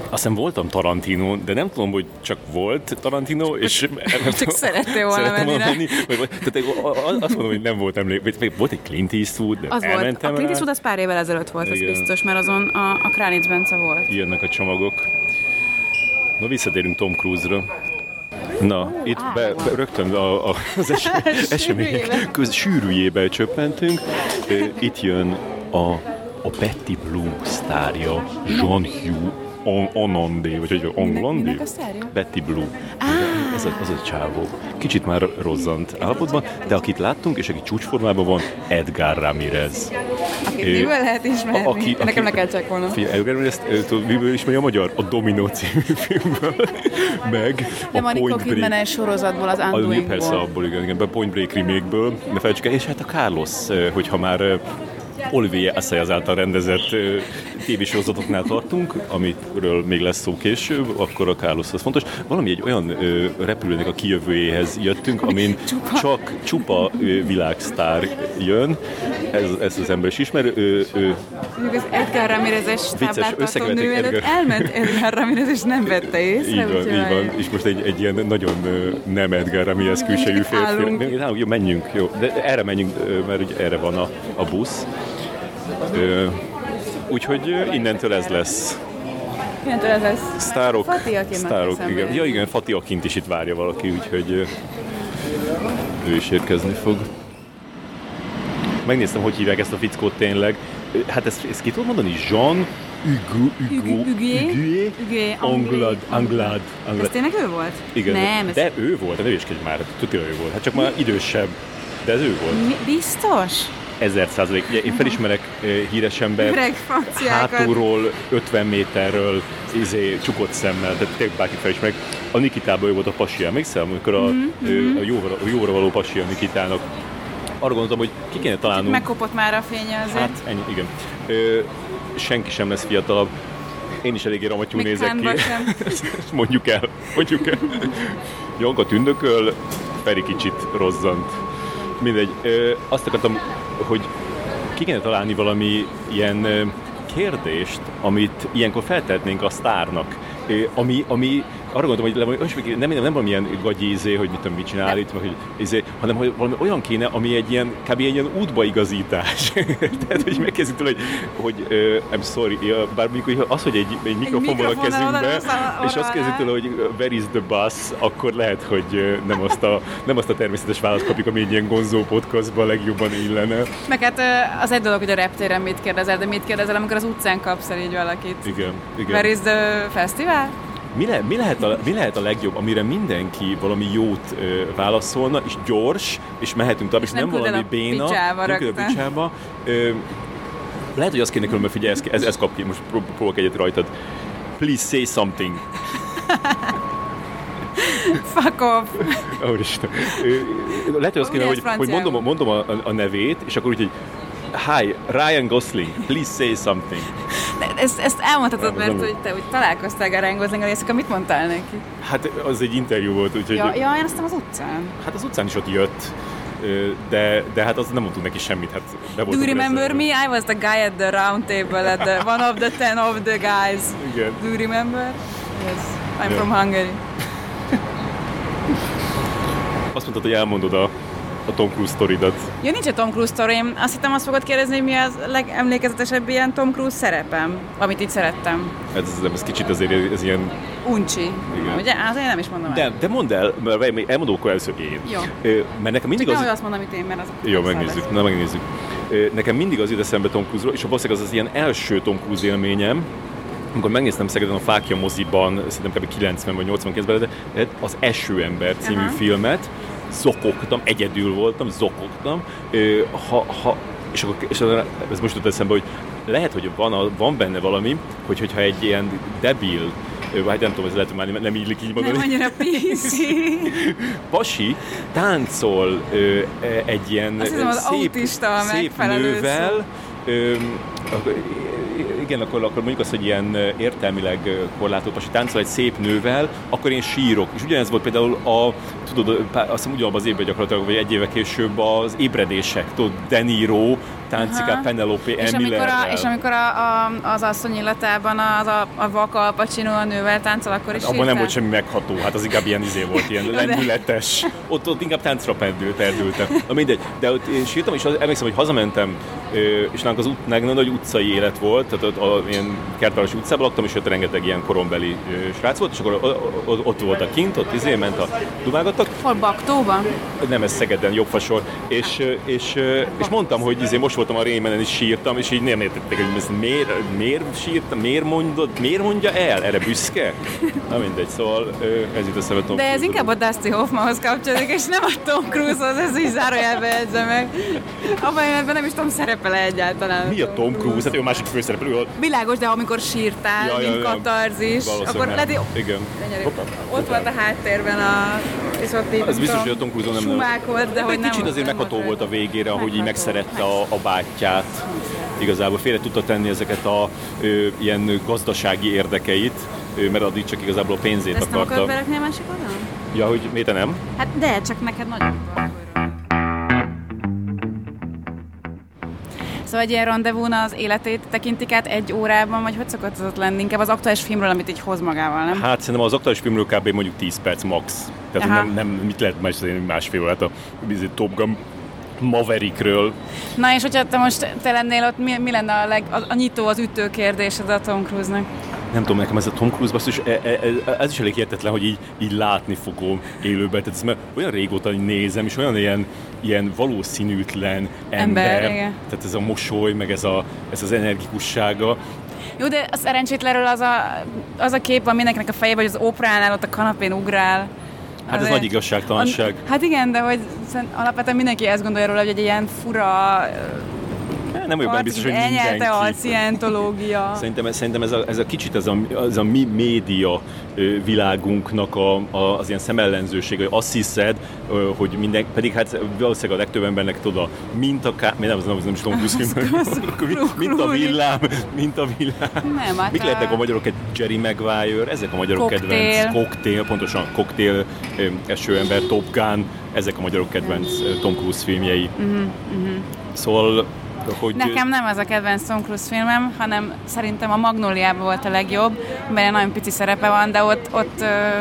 Azt hiszem voltam Tarantino, de nem tudom, hogy csak volt Tarantino, és... Csak szerettél volna menni rá. Tehát azt mondom, hogy nem volt emlék. Volt egy Clint Eastwood, de az volt. A Clint Eastwood az pár évvel ezelőtt volt, az biztos, mert azon a, a Kránitz Bence volt. Jönnek a csomagok. Na, visszatérünk Tom Cruise-ra. Na, itt be, be, rögtön a, a, az es, események köz, sűrűjébe csöppentünk. Itt jön a, a Betty Blue sztárja, Jean-Hugh Anandé, vagy hogy Anglandé? Betty Blue. Ah. Ez a, az a csávó. Kicsit már rozzant állapotban, de akit láttunk, és aki csúcsformában van, Edgar Ramirez. Akit é, miből lehet ismerni? A, aki, Nekem le kell csekkolnom. Edgar Ramirez, miből ismeri a magyar? A Domino című filmből. Meg nem a Nicole Kidman sorozatból, az Undoingból. Persze abból, igen, igen, a Point Break remake-ből. Ne felejtsük el, és hát a Carlos, hogyha már Olivier Assayas által rendezett uh, tévésorozatoknál tartunk, amiről még lesz szó később, akkor a Carlos az fontos. Valami egy olyan uh, repülőnek a kijövőjéhez jöttünk, amin csupa. csak csupa uh, világsztár jön. Ez, ez az ember is ismer. Ő, ő, az Edgar Ramirez-es tábláltató nő előtt Edgar... elment Edgar Ramirez, és nem vette észre. Így van, így van. És most egy, egy ilyen nagyon uh, nem Edgar Ramirez külsejű férfi. Jó, menjünk, jó. De erre menjünk, mert ugye erre van a, a busz. Ö, úgyhogy innentől ez lesz. Innentől ez lesz. Sztárok, Fatih Akinnak sztárok, igen. Ja igen, Fatih Akint is itt várja valaki, úgyhogy ő is érkezni fog. Megnéztem, hogy hívják ezt a fickót tényleg. Hát ezt, ezt ki tudod mondani? Jean Hugo, Hugo, Hugué, Anglade, Anglade. Ez tényleg ő volt? Igen, nem, de ez... ő volt, de ne hülyeskedj már, tudja, ő volt. Hát csak már idősebb, de ez ő volt. Mi, biztos? Ezer százalék. Ugye én felismerek uh, híres embert hátulról, ötven méterről, izé, csukott szemmel, tehát tényleg bárkit felismerek. A Nikitában ő volt a pasi, emlékszel? Amikor a, mm-hmm. a, jóra, a jóra való pasi a Nikitának. Arra gondoltam, hogy ki kéne találnunk. Megkopott már a fénye azért. Hát ennyi, igen. Ö, senki sem lesz fiatalabb. Én is eléggé ramatyú nézek ki. Mondjuk el, mondjuk el. Janka tündököl, Feri kicsit rozzant. Mindegy. Ö, azt akartam, hogy ki kéne találni valami ilyen ö, kérdést, amit ilyenkor feltehetnénk a sztárnak. Ö, ami, ami arra gondolom, hogy nem, nem, nem valamilyen gagyi, hogy mit tudom, mit csinál itt, hogy, izé, hanem hogy valami olyan kéne, ami egy ilyen, kb. Egy ilyen útbaigazítás. Tehát, hogy megkezdjük tőle, hogy, hogy uh, I'm sorry, bár mondjuk az, hogy egy, egy mikrofon van a kezünkbe, és azt kezdjük tőle, hogy where is the bus, akkor lehet, hogy nem azt a, nem azt a természetes választ kapjuk, ami egy ilyen gonzó podcastban legjobban illene. Meg hát az egy dolog, hogy a reptéren mit kérdezel, de mit kérdezel, amikor az utcán kapsz el így valakit. Igen, igen. Where is the festival? Mi, le, mi, lehet a, mi lehet a legjobb, amire mindenki valami jót ö, válaszolna, és gyors, és mehetünk tovább, és nem, nem valami béna, picsába nem küld a picsába. Ö, lehet, hogy azt kéne különben, figyelj, ez, ez, ez kap ki, most próbálok egyet rajtad. Please say something. Fuck off. Úristen. Lehet, hogy azt kéne, hogy, hogy mondom, mondom a, a nevét, és akkor úgy, hogy hi, Ryan Gosling, please say something. Ezt, ezt elmondhatod, mert hogy te úgy találkoztál a Ryan Goslinggal, és akkor mit mondtál neki? Hát az egy interjú volt, úgyhogy... Ja, ja, én aztán az utcán. Hát az utcán is ott jött, de, de hát az nem mondtunk neki semmit. Hát Do you remember ezzel. me? I was the guy at the round table, at the, one of the ten of the guys. Igen. Do you remember? Yes, I'm yeah. from Hungary. Azt mondtad, hogy elmondod a a Tom Cruise sztoridat. Ja, nincs a Tom Cruise sztorim. Azt hittem, azt fogod kérdezni, hogy mi az legemlékezetesebb ilyen Tom Cruise szerepem, amit így szerettem. Ez, ez, ez kicsit azért ez ilyen... Uncsi. Igen. Ugye? Azért nem is mondom de, el. De mondd el, mert elmondom akkor először én. Jó. Mert nekem mindig csak az... Csak azt mondom, amit én, mert az... Jó, megnézzük. Na, megnézzük. Nekem mindig az jut eszembe Tom Cruise-ról, és valószínűleg az az ilyen első Tom Cruise élményem, amikor megnéztem Szegeden a Fákja moziban, szerintem kb. kilencven vagy nyolcvankilencben, az Esőember című uh-huh. filmet, zokogtam, egyedül voltam, zokogtam, ha, ha, és, akkor, és ez most jutott eszembe, hogy lehet, hogy van, van benne valami, hogy, hogyha egy ilyen debil, vagy nem tudom, ez lehet, hogy már nem illik így mondani. Nem annyira píszi. Pasi táncol egy ilyen hiszem, szép, szép nővel, igen, akkor, akkor mondjuk azt, hogy ilyen értelmileg korlátolt, és táncol egy szép nővel, akkor én sírok. És ugyanez volt például a, tudod, azt hiszem ugyanabban az évben gyakorlatilag, vagy egy éve később az Ébredések, tudod, De Niro, táncikál Penelope és amikor, a, és amikor a, a, az asszony illatában az a, a vaka Al Pacino a nővel táncol, akkor is hát abban nem volt semmi megható, hát az inkább ilyen izé volt, ilyen lendületes. Ott, ott inkább táncra perdültem. Na mindegy, de ott én sírtam, és emlékszem, hogy hazamentem, és nálunk az út, nagyon nagy utcai élet volt, tehát ott, a, ilyen Kertvárosi utcában laktam, és ott rengeteg ilyen korombeli srác volt, és akkor ott voltak kint, ott izé ment a dumálgattak. Hol, Baktóban? Nem, ez Szegeden, Jobbfasor. És, és, és mondtam, hogy izé most voltam a Rémenen, és sírtam, és így nem értették, hogy ezt miért, miért sírtam, miért, mondod, miért mondja el? Erre büszke? Na mindegy, szóval ez itt a szemet Tom De ez Cruise-ról. inkább a Dustin Hoffmanhoz kapcsolódik, és nem a Tom Cruise-hoz, ez így zárójelbe jegyzem meg. Abban én nem is tudom, szerepel egyáltalán. Mi a Tom Cruise? Hát ő a másik főszereplő. Világos, de amikor sírtál, ja, mint ja, ja. katarzis, akkor lehet, igen. ott volt a háttérben a... És ott így, ez biztos, hogy a Tom Cruise nem sumák volt, de hogy nem... Kicsit azért megható volt a végére, ahogy így megszerette a, a bátyját. Igazából félre tudta tenni ezeket a ö, ilyen gazdasági érdekeit, ö, mert addig csak igazából a pénzét ezt akarta. Ezt nem akarod berakni a másik oldalon? Ja, hogy miért te nem? Hát de, csak neked nagyon van. Szóval egy ilyen rendezvún az életét tekintik át egy órában, vagy hogy szokott az ott lenni? Inkább az aktuális filmről, amit így hoz magával, nem? Hát szerintem az aktuális filmről kb. Mondjuk tíz perc max. Tehát nem, nem, mit lehet más, másfél órát a Top Gun Maverickről. Na és hogyha te most te lennél ott, mi, mi lenne a, leg, a, a nyitó, az ütő kérdésed a Tom Cruise-nak? Nem tudom, nekem ez a Tom Cruise basszus, ez, ez is elég hihetetlen, hogy így, így látni fogom élőben. Tehát ez már olyan régóta nézem, és olyan ilyen, ilyen valószínűtlen ember. ember tehát ez a mosoly, meg ez, a, ez az energikussága. Jó, de a szerencsétlenről az a, az a kép van mindenkinek a fejében, hogy az Oprah-nál ott a kanapén ugrál. Hát ez nagy igazságtalanság. A, hát igen, de hogy alapvetően mindenki ezt gondolja róla, hogy egy ilyen fura... Nem vagyok benne biztos, hogy mindenki. Elnyelte a szientológia. Szerintem, szerintem ez, a, ez a kicsit ez a, ez a mi média világunknak a, a, az ilyen szemellenzőség, hogy azt hiszed, hogy minden, pedig hát valószínűleg a legtöbb embernek tudod a mint a ká... Nem, nem, nem is tudom, mint a villám, mint a villám. Nem, hát Mik lehetnek a magyarok? Egy Jerry Maguire, ezek a magyarok Cocktail. kedvenc. Cocktail, pontosan Cocktail, Esőember, Top Gun, ezek a magyarok kedvenc Tom Cruise filmjei. Uh-huh, uh-huh. Szóval hogy... Nekem nem az a kedvenc Tom Cruise filmem, hanem szerintem a Magnóliában volt a legjobb, mert nagyon pici szerepe van, de ott, ott, ö,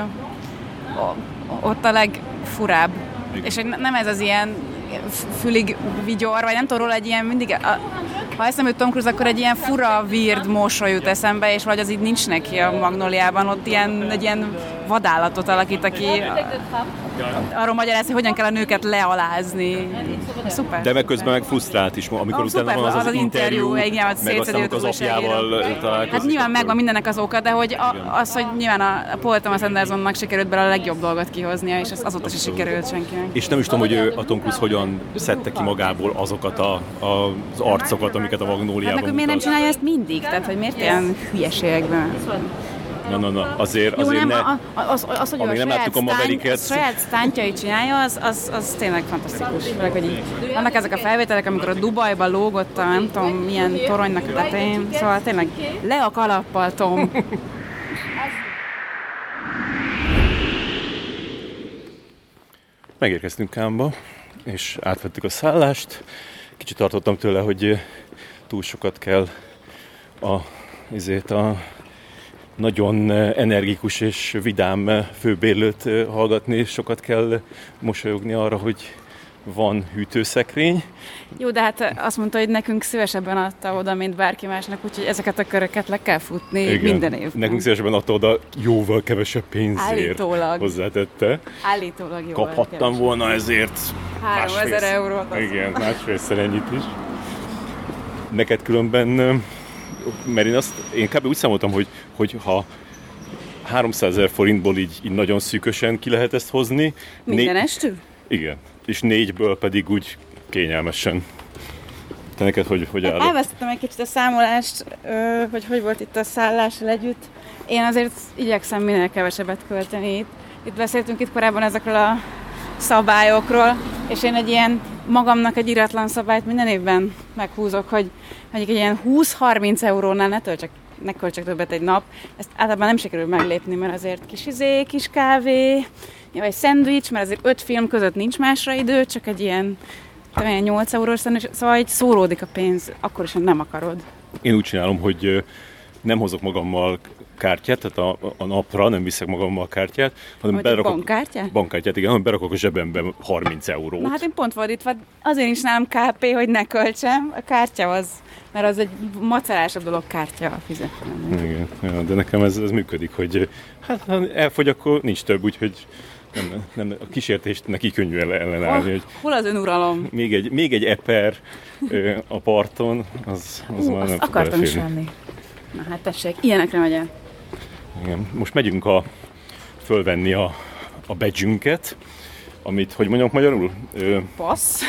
ott a legfurább. Igen. És nem ez az ilyen fülig vigyor, vagy nem tudom róla, egy ilyen mindig, a, ha eszembe jut Tom Cruise, akkor egy ilyen fura, weird mosoly jut eszembe, és vagy az így nincs neki a Magnóliában, ott ilyen, egy ilyen vadállatot alakít, aki arról magyaráz, hogy hogyan kell a nőket lealázni. Szuper. De meg közben meg frusztrált is, amikor oh, utána van az az, az interjú, interjú meg aztán az apjával találkozik. Hát nyilván megvan mindennek az oka, de hogy a, az, hogy nyilván a Paul Thomas Andersonnak sikerült belőle a legjobb dolgot kihoznia, és az azóta is sikerült senkinek. És nem is tudom, hogy ő, a Tom Cruise hogyan szedte ki magából azokat a, a, az arcokat, amiket a Magnóliában hát meg, miért nem csinálja ezt mindig? Tehát, hogy miért ilyen hülyeségekben? Na, na, na, azért, Jó, azért nem, ne... A, az, az, hogy amíg a nem saját, láttuk a Mavericket... saját sztántjait csinálja, az, az, az tényleg fantasztikus. Főleg, hogy így vannak ezek a felvételek, amikor a Dubajban lógott a nem tudom milyen toronynak a tetején. Szóval tényleg le a kalappal, Tom. Megérkeztünk Cannesba, és átvettük a szállást. Kicsit tartottam tőle, hogy túl sokat kell a, izét, a nagyon energikus és vidám főbérlőt hallgatni, sokat kell mosolyogni arra, hogy van hűtőszekrény. Jó, de hát azt mondta, hogy nekünk szívesebben adta oda, mint bárki másnak, úgyhogy ezeket a köröket le kell futni. Igen. Minden évben. Nekünk szívesebben adta oda jóval kevesebb pénzért. Állítólag. Hozzátette. Állítólag jóval Kaphattam kevesebb. Volna ezért háromezer eurót. Igen, másfélszer ennyit is. Neked különben, mert én, azt, én kb. Úgy számoltam, hogy, hogy ha háromszázezer forintból így, így nagyon szűkösen ki lehet ezt hozni. Minden né- estül? Igen. És négyből pedig úgy kényelmesen. Te neked hogy, hogy állok? Elvesztettem egy kicsit a számolást, hogy hogy volt itt a szállással együtt. Én azért igyekszem minél kevesebbet költeni itt. Itt beszéltünk itt korábban ezekről a szabályokról, és én egy ilyen magamnak egy iratlan szabályt minden évben meghúzok, hogy mondjuk egy ilyen húsz-harminc eurónál ne töltsek, ne költsek többet egy nap. Ezt általában nem sikerül meglépni, mert azért kis izé, kis kávé, vagy szendvics, mert azért öt film között nincs másra idő, csak egy ilyen nyolc eurós szendvics, szóval így szóródik a pénz, akkor is, hogy nem akarod. Én úgy csinálom, hogy nem hozok magammal kártyát, tehát a, a napra nem viszek magammal kártyát, hanem berakok... Bankkártyát? Bankkártyát, igen, hanem berakok a zsebembe harminc eurót. Na hát én pont fordítva, azért is nálam ká pé, hogy ne költsem, a kártya az, mert az egy macerásabb dolog kártya fizetni. Igen, ja, de nekem ez, ez működik, hogy hát ha elfogy, akkor nincs több, úgyhogy nem, nem, a kísértést neki könnyű ellenállni. Oh, hogy hol az önuralom? Még egy, még egy eper a parton, az, az Hú, már nem fog akartam is venni. Na hát tessék, ilyenekre megyek. Igen. Most megyünk a, fölvenni a, a badge-ünket, amit, hogy mondjam magyarul? Ö... Passz?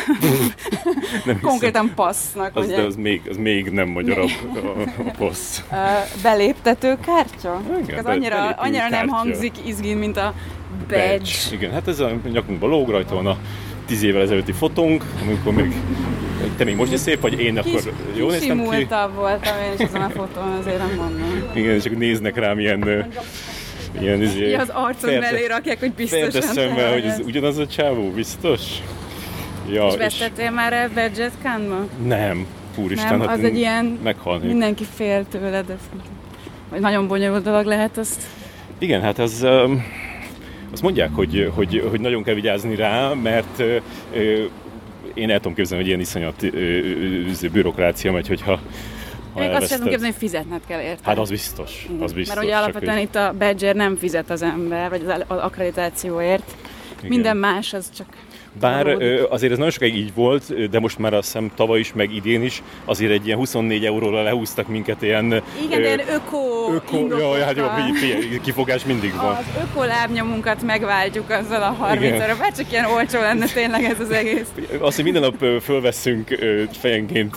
Konkrétan passznak, az, ugye? De az még, az még nem magyarabb a, a passz. Beléptető kártya? Igen, ez be, annyira, annyira kártya. Nem hangzik izgin, mint a badge. badge. Igen, hát ez a nyakunkba lóg, rajta van a tíz évvel ezelőtti fotónk, amikor még te még most is szép vagy, én kis, akkor jól néztem ki. Kisimultabb voltam én is azon a fotón, azért nem mondom. Igen, csak néznek rám ilyen... ilyen izé, ja, az arcon mellé rakják, hogy biztosan. Felteszem, hogy ez ugyanaz a csávó, biztos? Ja, és vesztettél már el badge-et Cannes-ba? Nem, úristen, nem, hát az egy ilyen, meghalnék. Mindenki fél tőled, vagy nagyon bonyolult dolog lehet azt. Igen, hát az... Azt mondják, hogy, hogy, hogy nagyon kell vigyázni rá, mert ö, én el tudom képzelni, hogy ilyen iszonyat ö, ö, bürokrácia megy, hogyha ha Még azt sem tudom képzelni, hogy fizetned kell érte. Hát az biztos, az biztos. Mert ugye alapvetően hogy... itt a badge nem fizet az ember, vagy az akkreditációért. Igen. Minden más az csak... Bár ö, azért ez nagyon sokáig így volt, de most már azt hiszem tavaly is, meg idén is, azért egy ilyen huszonnégy euróra lehúztak minket ilyen... Igen, ö, ilyen öko... öko jaj, hát jó, kifogás mindig van. Az öko lábnyomunkat megváltjuk azzal a harminc euróra, bár csak ilyen olcsó lenne tényleg ez az egész. Azt, hogy minden nap fölveszünk fejenként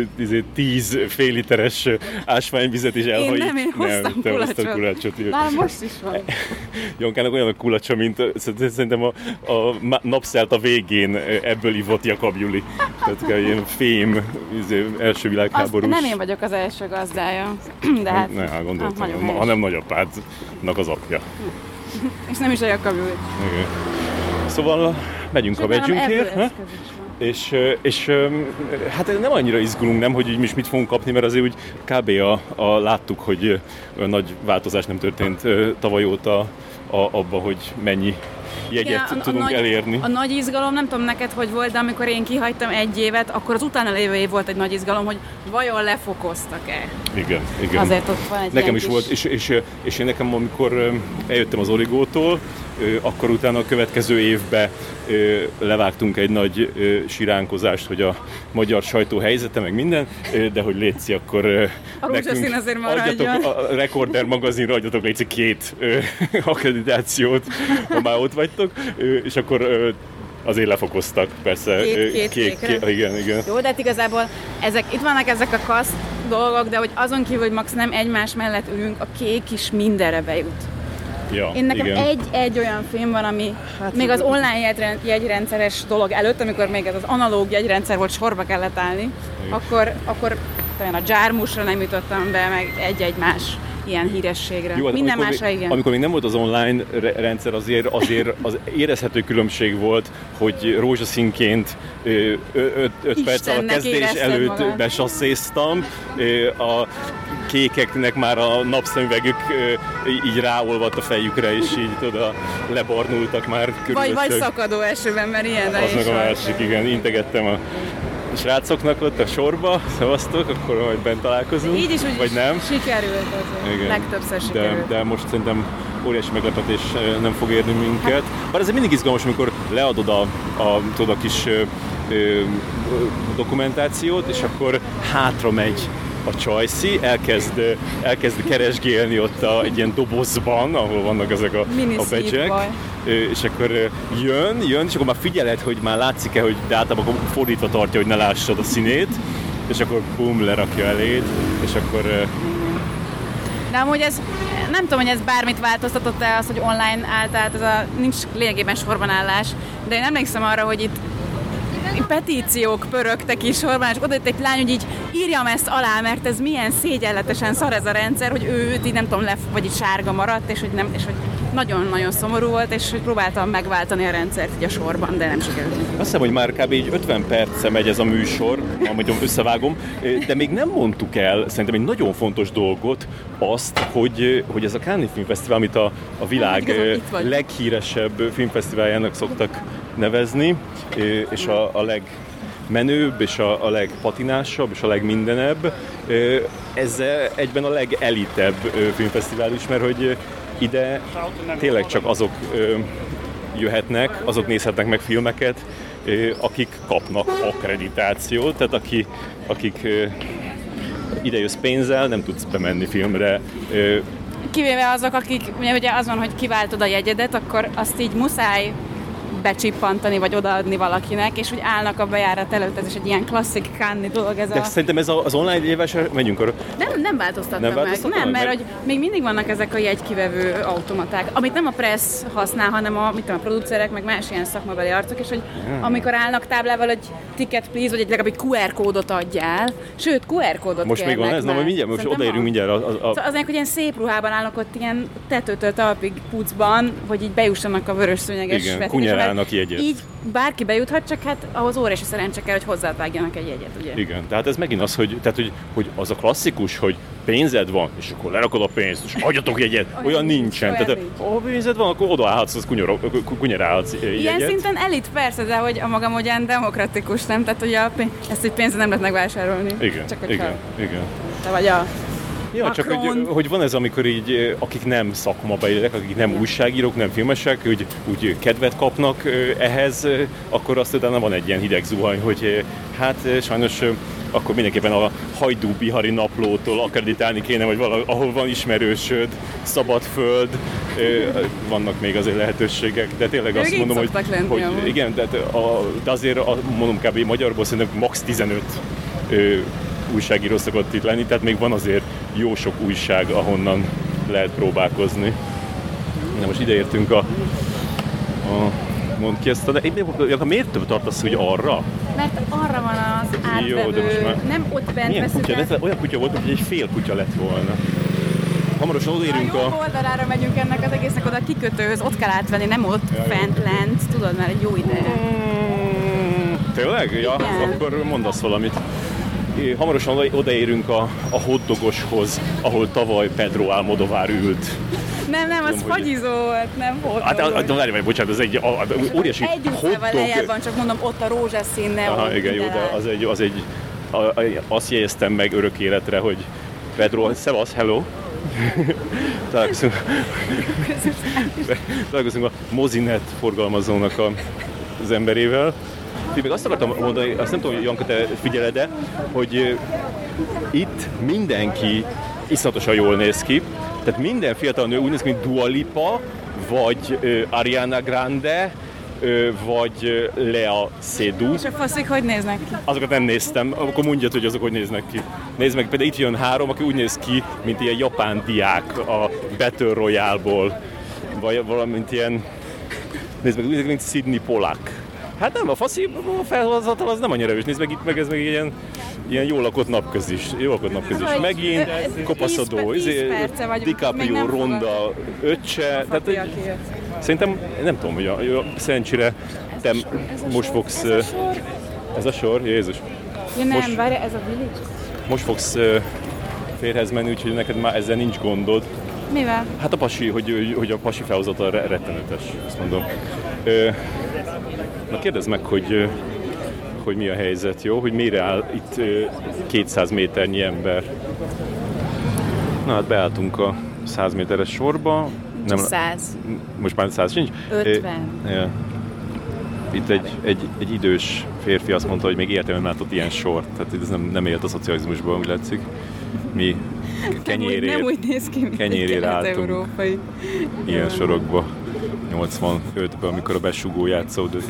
tíz fél literes ásványvizet és elhajít. Én nem, én hoztam nem, kulacsot. kulacsot. Már most is van. Jankának olyan a kulacsa, mint szerintem a, a napszelt a végén ebből ivott Jakab Juli. Tehát ilyen fém, első világháborús. Azt nem én vagyok az első gazdája. De hát... Ne, hát gondoltam, ah, hanem nagyapádnak az apja. És nem is a Jakab Juli. Igen. Szóval megyünk a badge-ünkért. És, és hát nem annyira izgulunk, nem, hogy mi is mit fogunk kapni, mert azért úgy kb. A, a, láttuk, hogy olyan nagy változás nem történt tavaly óta a, abba, hogy mennyi jegyet igen, a, tudunk a nagy, elérni. A nagy izgalom, nem tudom neked, hogy volt, de amikor én kihagytam egy évet, akkor az utána lévő év volt egy nagy izgalom, hogy vajon lefokoztak-e. Igen, igen. Azért ott van egy nekem is kis... volt, és, és, és én nekem, amikor eljöttem az Origótól, akkor utána a következő évben levágtunk egy nagy siránkozást, hogy a magyar sajtó helyzete, meg minden, de hogy létszi, akkor a nekünk azért adjatok, a Recorder magazinra adjatok létszi két akkreditációt, ha már ott vagytok, és akkor azért lefokoztak, persze. Két, két, két, két igen, igen. Jó, de hát igazából ezek, itt vannak ezek a kaszt dolgok, de hogy azon kívül, hogy max nem egymás mellett ülünk, a kék is mindenre bejut. Ja, én nekem igen. egy, egy olyan film van, ami hát, még az online jegyrendszeres dolog előtt, amikor még ez az analóg jegyrendszer volt, sorba kellett állni, akkor, akkor talán a Jarmusra nem jutottam be, meg egy-egy más ilyen hírességre. Jó, minden amikor másra még, igen. Amikor még nem volt az online rendszer, azért, azért az érezhető különbség volt, hogy rózsaszínként öt perc a kezdés előtt magad. Besasszéztam. A kékeknek már a napszemüvegük így ráolvadt a fejükre, és így oda lebarnultak már körülöttük. Vagy, vagy szakadó esőben, mert ilyen az meg a másik, igen, integettem a srácoknak ott a sorba, szavaztok, akkor majd bent találkozunk, így is, úgy vagy is nem. Sikerült azért, legtöbbször sikerült. De, de most szerintem óriási meglepetés nem fog érni minket. Bár ez mindig izgalmas, amikor leadod a, a, tudod, a kis ö, ö, dokumentációt, és akkor hátra megy a csajszi, elkezd, elkezd keresgélni ott a, egy ilyen dobozban, ahol vannak ezek a, a badge-ek, és akkor jön, jön, és akkor már figyeled, hogy már látszik-e, hogy de általában akkor fordítva tartja, hogy ne lássad a színét, és akkor bum, lerakja eléd, és akkor... De amúgy ez, nem tudom, hogy ez bármit változtatott-e az, hogy online áll, tehát ez a, nincs lényegében sorban állás, de én emlékszem arra, hogy itt petíciók pörögtek is sorban, és odajött egy lány, hogy így írjam ezt alá, mert ez milyen szégyenletesen szar ez a rendszer, hogy ő őt így nem tudom, lef, vagy így sárga maradt, és hogy, nem, és hogy nagyon-nagyon szomorú volt, és hogy próbáltam megváltani a rendszert így a sorban, de nem sikerült. Azt hiszem, hogy már kb. Így ötven perce megy ez a műsor, amit összevágom, de még nem mondtuk el szerintem egy nagyon fontos dolgot, azt, hogy, hogy ez a Cannes Filmfesztivál, amit a, a világ hát, leghíresebb filmfesztiváljának szoktak nevezni, és a, a legmenőbb, és a, a legpatinásabb, és a legmindenebb. Ez egyben a legelitebb filmfesztivál is, mert hogy ide tényleg csak azok jöhetnek, azok nézhetnek meg filmeket, akik kapnak akkreditációt, tehát aki, akik ide jössz pénzzel, nem tudsz bemenni filmre. Kivéve azok, akik, ugye az van, hogy kiváltod a jegyedet, akkor azt így muszáj becsippantani, vagy odaadni valakinek, és úgy állnak a bejárat előtt, ez is egy ilyen klasszik Cannes-i dolog. Ez De a... szerintem ez az online éves, menjünk arra. Nem, nem változtattam nem meg. változtattam Nem, meg, mert, mert hogy még mindig vannak ezek a jegykivevő automaták, amit nem a press használ, hanem a, mit tudom, a producerek, meg más ilyen szakmabeli arcok, és hogy hmm. amikor állnak táblával, hogy ticket please, vagy egy legalább egy kú er kódot adjál, sőt, kú er kódot most még van ez? Na, majd mindjárt, most odaérünk mindjárt. A, a... Szóval azért, hogy ilyen szép ruhában állnak ott ilyen tetőtől talpig pucban, hogy így bejussanak a vörös szőnyeges igen, kunyerálnak jegyet. Így bárki bejuthat, csak hát ahhoz óriási szerencse kell, hogy hozzávágjanak egy jegyet, ugye? Igen, tehát ez megint az, hogy, tehát, hogy, hogy az a klasszikus, hogy pénzed van, és akkor lerakod a pénzt, és hagyjatok jegyet, olyan, olyan nincsen. Olyan tehát ha pénzed van, akkor odaállhatsz, az kunyerálhatsz jegyet. Ilyen szinten elit persze, de hogy a maga módján demokratikus, nem? Tehát ugye a pénz, ezt egy pénzzel nem lehet megvásárolni. Igen, csak igen, igen. Te vagy a Ja, csak hogy, hogy van ez, amikor így, akik nem szakmabeliek, akik nem újságírók, nem filmesek, úgy, úgy kedvet kapnak ehhez, akkor azt utána van egy ilyen hideg zuhany, hogy hát sajnos akkor mindenképpen a Hajdú-Bihari naplótól akkreditálni kéne, vagy valahol, ahol van ismerősöd, szabad föld, vannak még azért lehetőségek, de tényleg azt mondom, hogy, hogy igen, de, a, de azért a, mondom kb. Magyarból szerintem max. tizenöt újságíró szokott itt lenni, tehát még van azért jó sok újság, ahonnan lehet próbálkozni. Na most ideértünk a... a mondd ki ezt a... De miért több tartasz, hogy arra? Mert arra van az átvevő, jó, de most már... nem ott bent milyen veszük kutya? El... Olyan kutya volt, hogy egy fél kutya lett volna. Hamarosan odaérünk a... A jobb oldalára megyünk ennek az egésznek, oda a kikötőhöz, ott kell átvenni, nem ott ja, fent lent, tudod, már egy jó ideje. Mm, tényleg? Ja, igen. Akkor mondasz valamit. Hamarosan odaérünk a, a hotdogoshoz, ahol tavaly Pedro Almodóvar ült. Nem, nem, az fagyizó volt, nem hotdog. Hát, várj, várj, bocsánat, ez egy a, a, óriási egy utcával lejjebb van, csak mondom, ott a rózsaszín neon. Aha, igen, jó, de az egy, az egy a, a, azt jegyeztem meg örök életre, hogy Pedro, szevasz, hello! Találkozunk, találkozunk a Mozinet forgalmazónak a, az emberével. Még azt akartam mondani, azt nem tudom, hogy Janka, te figyeled, de hogy itt mindenki iszonyatosan jól néz ki. Tehát minden fiatal nő úgy néz ki, mint Dua Lipa, vagy uh, Ariana Grande, uh, vagy uh, Lea Seydoux. És a faszik hogy néznek ki? Azokat nem néztem, akkor mondjad, hogy azok hogy néznek ki. Nézd meg, például itt jön három, aki úgy néz ki, mint ilyen japán diák a Battle Royale-ból. Vagy valamint ilyen, nézd meg, úgy néz ki, mint Sidney Pollack. Hát nem, a faszi a felhozatal az nem annyira erős. Nézd meg itt, meg ez meg ilyen, ilyen jól lakott napközis. Jól lakott napközis. Megint kopaszodó, DiCaprio ronda öccse. Tehát, egy, szerintem, nem tudom, hogy a, a szerencsére te most fogsz... Ez a sor? Ez a sor? Jézus. Ja nem, most, várj, ez a Village? Most fogsz férhez menni, úgyhogy neked már ezzel nincs gondod. Mivel? Hát a pasi, hogy, hogy a pasi felhozatal rettenetes, azt mondom. Na kérdezd meg, hogy, hogy mi a helyzet, jó? Hogy mire áll itt kétszáz méternyi ember. Na hát beálltunk a száz méteres sorba. Nem, száz. Most már száz sincs? ötven. Ja. Itt egy, egy, egy idős férfi azt mondta, hogy még életemben látott ilyen sort. Tehát ez nem, nem élt a szocializmusban, úgy látszik. Mi kenyérért, nem úgy, nem úgy néz ki, mint kenyérért álltunk európai. ilyen sorokba. nyolcvanötben, amikor a besugó játszódott.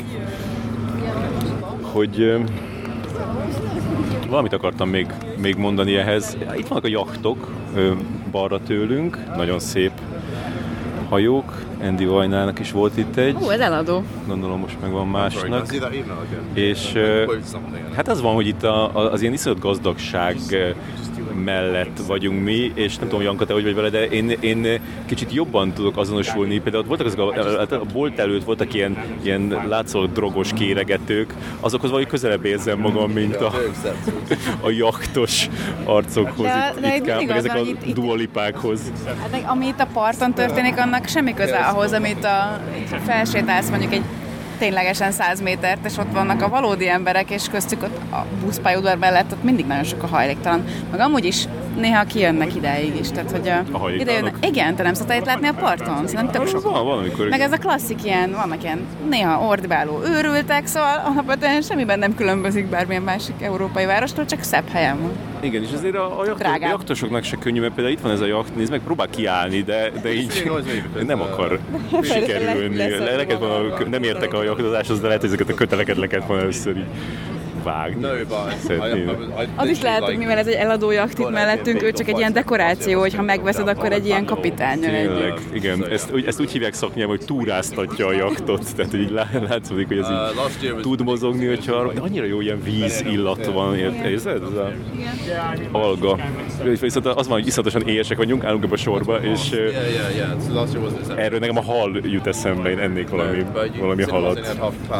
Hogy euh, valamit akartam még, még mondani ehhez. Itt vannak a jachtok euh, balra tőlünk, nagyon szép hajók, Andy Vajnának is volt itt egy. Ó, ez eladó. Gondolom most meg van másnak. És hát az van, hogy itt a, az ilyen iszonyat gazdagság mellett vagyunk mi, és nem tudom, Janka, te hogy vagy vele, de én, én kicsit jobban tudok azonosulni. Például ott voltak azok a, a bolt előtt voltak ilyen, ilyen látszólag drogos kéregetők, azokhoz valahogy közelebb érzem magam, mint a, a jaktos arcokhoz, de, itt, de itt, itt, meg ezek a itt, dualipákhoz. Hát, ami itt a parton történik, annak semmi köze ahhoz, amit a, felsétálsz mondjuk egy ténylegesen száz métert, és ott vannak a valódi emberek, és köztük ott a buszpályaudvar mellett ott mindig nagyon sok a hajléktalan. Meg amúgy is néha kijönnek ideig is, tehát hogy a, a ide jönnek. Igen, te nem szoktál itt látni a parton? Szerintem tök sok. Van, valamikor. Meg ez a klasszik ilyen, vannak ilyen néha ordibáló őrültek, szóval alapvetően semmiben nem különbözik bármilyen másik európai várostól, csak szebb helyen van. Igen, és azért a, a, jaktos, a jaktosoknak se könnyű, mert például itt van ez a jakt, nézd meg, próbál kiállni, de, de így nem akar sikerülni. Le, le, le, nem értek a jaktozáshoz, de lehet, hogy ezeket a köteleket le kellett volna először így vágni. Az is lehet, hogy mivel ez egy eladó jakt itt mellettünk, ő csak egy ilyen dekoráció, hogy ha megveszed, akkor egy ilyen kapitánnyal egy. Igen, ezt, ezt úgy hívják szaknyelven, hogy túráztatja a jaktot, tehát így látszódik, hogy ez így tud mozogni, hogyha de annyira jó ilyen víz illat van, érzed? Ez a alga. Viszont az van, hogy iszonyatosan éhesek vagyunk, állunk ebbe a sorba, és erről nekem a hal jut eszembe, én ennék valami, valami halat.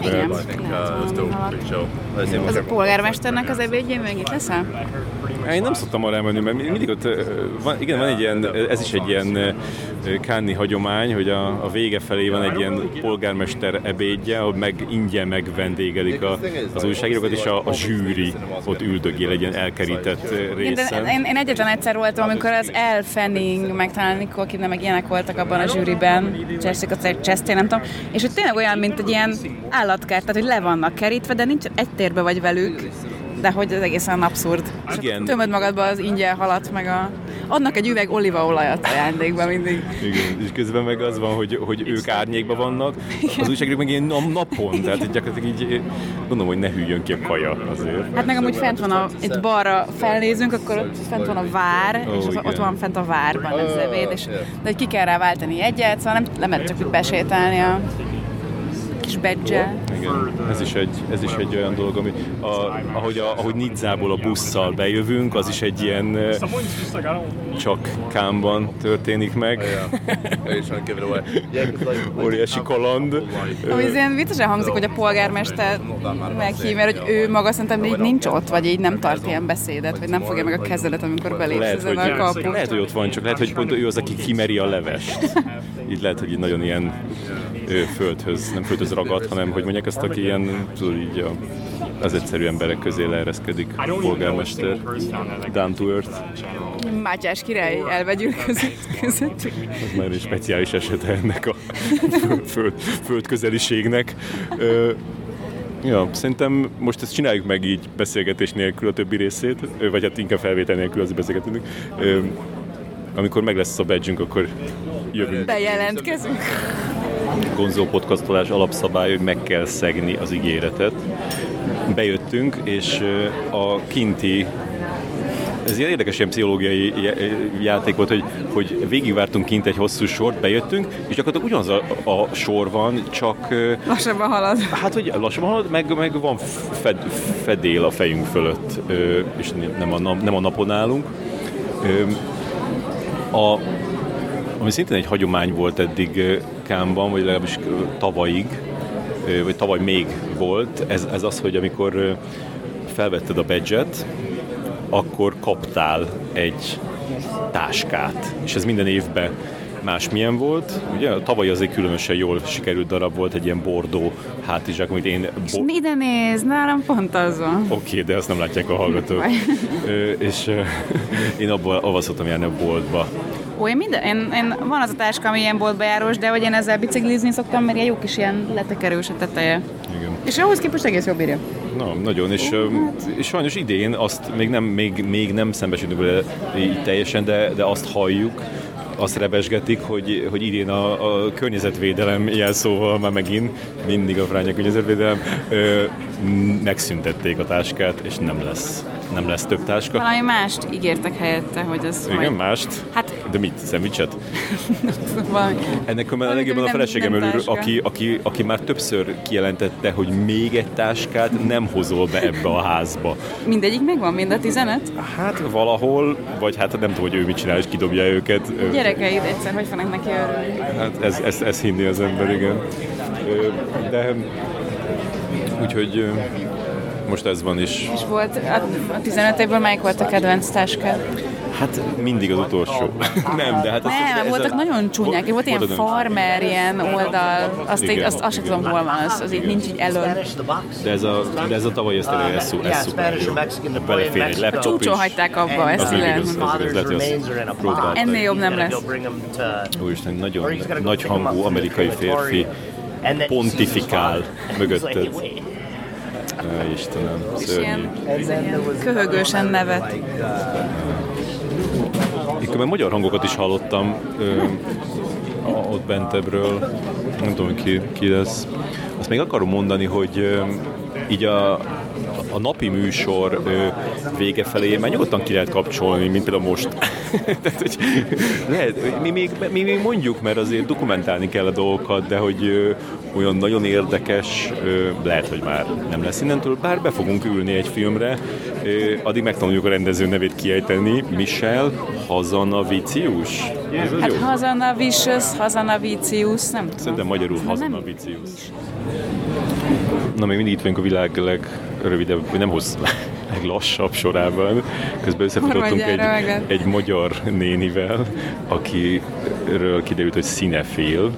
Az a polgármesternek az ebédjén meg itt leszel? Én nem szoktam arra elmenni, mert mindig ott van, igen, van egy ilyen, ez is egy ilyen cannes-i hagyomány, hogy a, a vége felé van egy ilyen polgármester ebédje, ahol meg ingyen megvendégelik a, az újságírókat, és a, a zsűri ott üldögél egy ilyen elkerített részen. Én, én egyetlen egyszer voltam, amikor az Elle Fanning, meg talán Nicole Kidman, meg ilyenek voltak abban a zsűriben, Jessica Chastain, nem tudom, és hogy tényleg olyan, mint egy ilyen állatkert, tehát hogy le vannak kerítve, de nincs egy térbe vagy velük, de hogy ez egészen abszurd. Igen. Tömöd magadba az ingyen halat, meg a... adnak egy üveg olívaolajat ajándékba mindig. Igen, és közben meg az van, hogy, hogy ők árnyékban vannak, az újságírók meg ilyen napon, tehát gyakorlatilag így gondolom, hogy ne hűljön ki a kaja azért. Hát meg amúgy fent van a, itt balra felnézünk, akkor ott fent van a vár, oh, és az, ott van fent a várban ez ebéd, és de hogy ki kell rá váltani egyet, szóval nem, nem lehet csak úgy besétálni a kis badge-el. Igen, ez is egy, ez is egy olyan dolog, ami a, ahogy, a, ahogy Nizzából a busszal bejövünk, az is egy ilyen csak Cannes-ban történik meg. Óriási kaland. Ami ilyen viccesen hangzik, hogy a polgármester meghív, mert hogy ő maga szerintem így nincs ott, vagy így nem tart ilyen beszédet, vagy nem fogja meg a kezedet, amikor belépsz ezen a kaput. Lehet, hogy ott van, csak lehet, hogy pont ő az, aki kimeri a levest. Így lehet, hogy így nagyon ilyen földhöz, nem földhöz ragad, hanem hogy mondják ezt, aki ilyen, tudod, így a, az egyszerű emberek közé leereszkedik, a polgármester, down to earth. Mátyás király elvegyül között, között. Az már egy speciális esete ennek a föld, földközeliségnek. Ja, szerintem most ezt csináljuk meg így beszélgetés nélkül a többi részét, vagy hát inkább felvétel nélkül az beszélgetünk. Amikor meg lesz a badge-ünk, akkor jövünk. Bejelentkezünk. Gonzó podcastolás alapszabály, hogy meg kell szegni az ígéretet. Bejöttünk, és a kinti, ez ilyen érdekes ilyen pszichológiai játék volt, hogy, hogy végigvártunk kint egy hosszú sort, bejöttünk, és gyakorlatilag ugyanaz a, a sor van, csak... Lassabban halad. Hát, hogy lassabban halad, meg, meg van fed, fedél a fejünk fölött, és nem a, nem a napon állunk. A, ami szintén egy hagyomány volt eddig Cannes-ban, vagy legalábbis tavalyig, vagy tavaly még volt, ez, ez az, hogy amikor felvetted a badge-et, akkor kaptál egy táskát, és ez minden évben másmilyen volt. Ugye tavaly azért különösen jól sikerült darab volt, egy ilyen bordó hátizsák, amit én... Bo- és ide néz, nálam pont az van. Oké, okay, de azt nem látják a hallgatók. Ö, és ö, én abban avval szoktam járni a boltba. Ó, én minden, én, én van az a táska, ami ilyen boltba járós, de hogy én ezzel biciklizni szoktam, mert ilyen jó kis ilyen letekerős a teteje. Igen. És ahhoz képest egész jobb írja. Na, nagyon, és, oh, hát. és sajnos idén azt még nem, még, még nem szembesülünk vele így teljesen, de, de azt halljuk, azt rebesgetik, hogy, hogy idén a, a környezetvédelem jelszóval már megint, mindig a fránya környezetvédelem, ö, megszüntették a táskát, és nem lesz, nem lesz több táska. Valami mást ígértek helyette, hogy az igen, majd... mást? Hát De mit? Szendvicset? Valami. Ennek a legjobban a feleségem örül, aki, aki, aki már többször kijelentette, hogy még egy táskát nem hozol be ebbe a házba. Mindegyik megvan, mind a tizenet? Hát valahol, vagy hát nem tudom, hogy ő mit csinál, és kidobja őket. Gyerekeid egyszer, hogy fognak neki örülni? Hát ez, ez, ez hinni az ember, igen. De úgyhogy most ez van is. És volt a tizenöt évből melyik volt a kedvenc táskád? Hát mindig az utolsó. Nem, de hát... Nem, ez, ez voltak a... nagyon csúnyák. Volt ilyen farmer, ilyen oldal, azt, így, azt, azt sem tudom, hol van, az, az így nincs így elől. De ez a, de ez a tavalyi esztelő, ez, szú, ez szuper jó. Belefér egy laptop is. Csúcson hagyták abba, ezt így lehet mondani. Ennél jobb nem lesz. Úristen, nagyon nagy hangú amerikai férfi pontifikál mögötted. Istenem, szörnyű. Köhögősen nevet. Én már magyar hangokat is hallottam ö, ott bentebbről, nem tudom, ki, ki lesz. Azt még akarom mondani, hogy ö, így a, a napi műsor ö, vége felé már nyugodtan ki lehet kapcsolni, mint például most. Tehát, hogy lehet, mi, még, mi még mondjuk, mert azért dokumentálni kell a dolgokat, de hogy ö, olyan nagyon érdekes, ö, lehet, hogy már nem lesz innentől, bár be fogunk ülni egy filmre, ö, addig megtanuljuk a rendező nevét kiejteni, Michel Hazanavicius. Hát Hazanavicius, Hazanavicius, nem tudom. Szerintem magyarul Hazanavicius. Na, még mindig itt vagyunk a világ legrövidebb, vagy nem hossz, leglassabb sorában. Közben összefutottunk egy, egy magyar nénivel, akiről kiderült, hogy cinefil.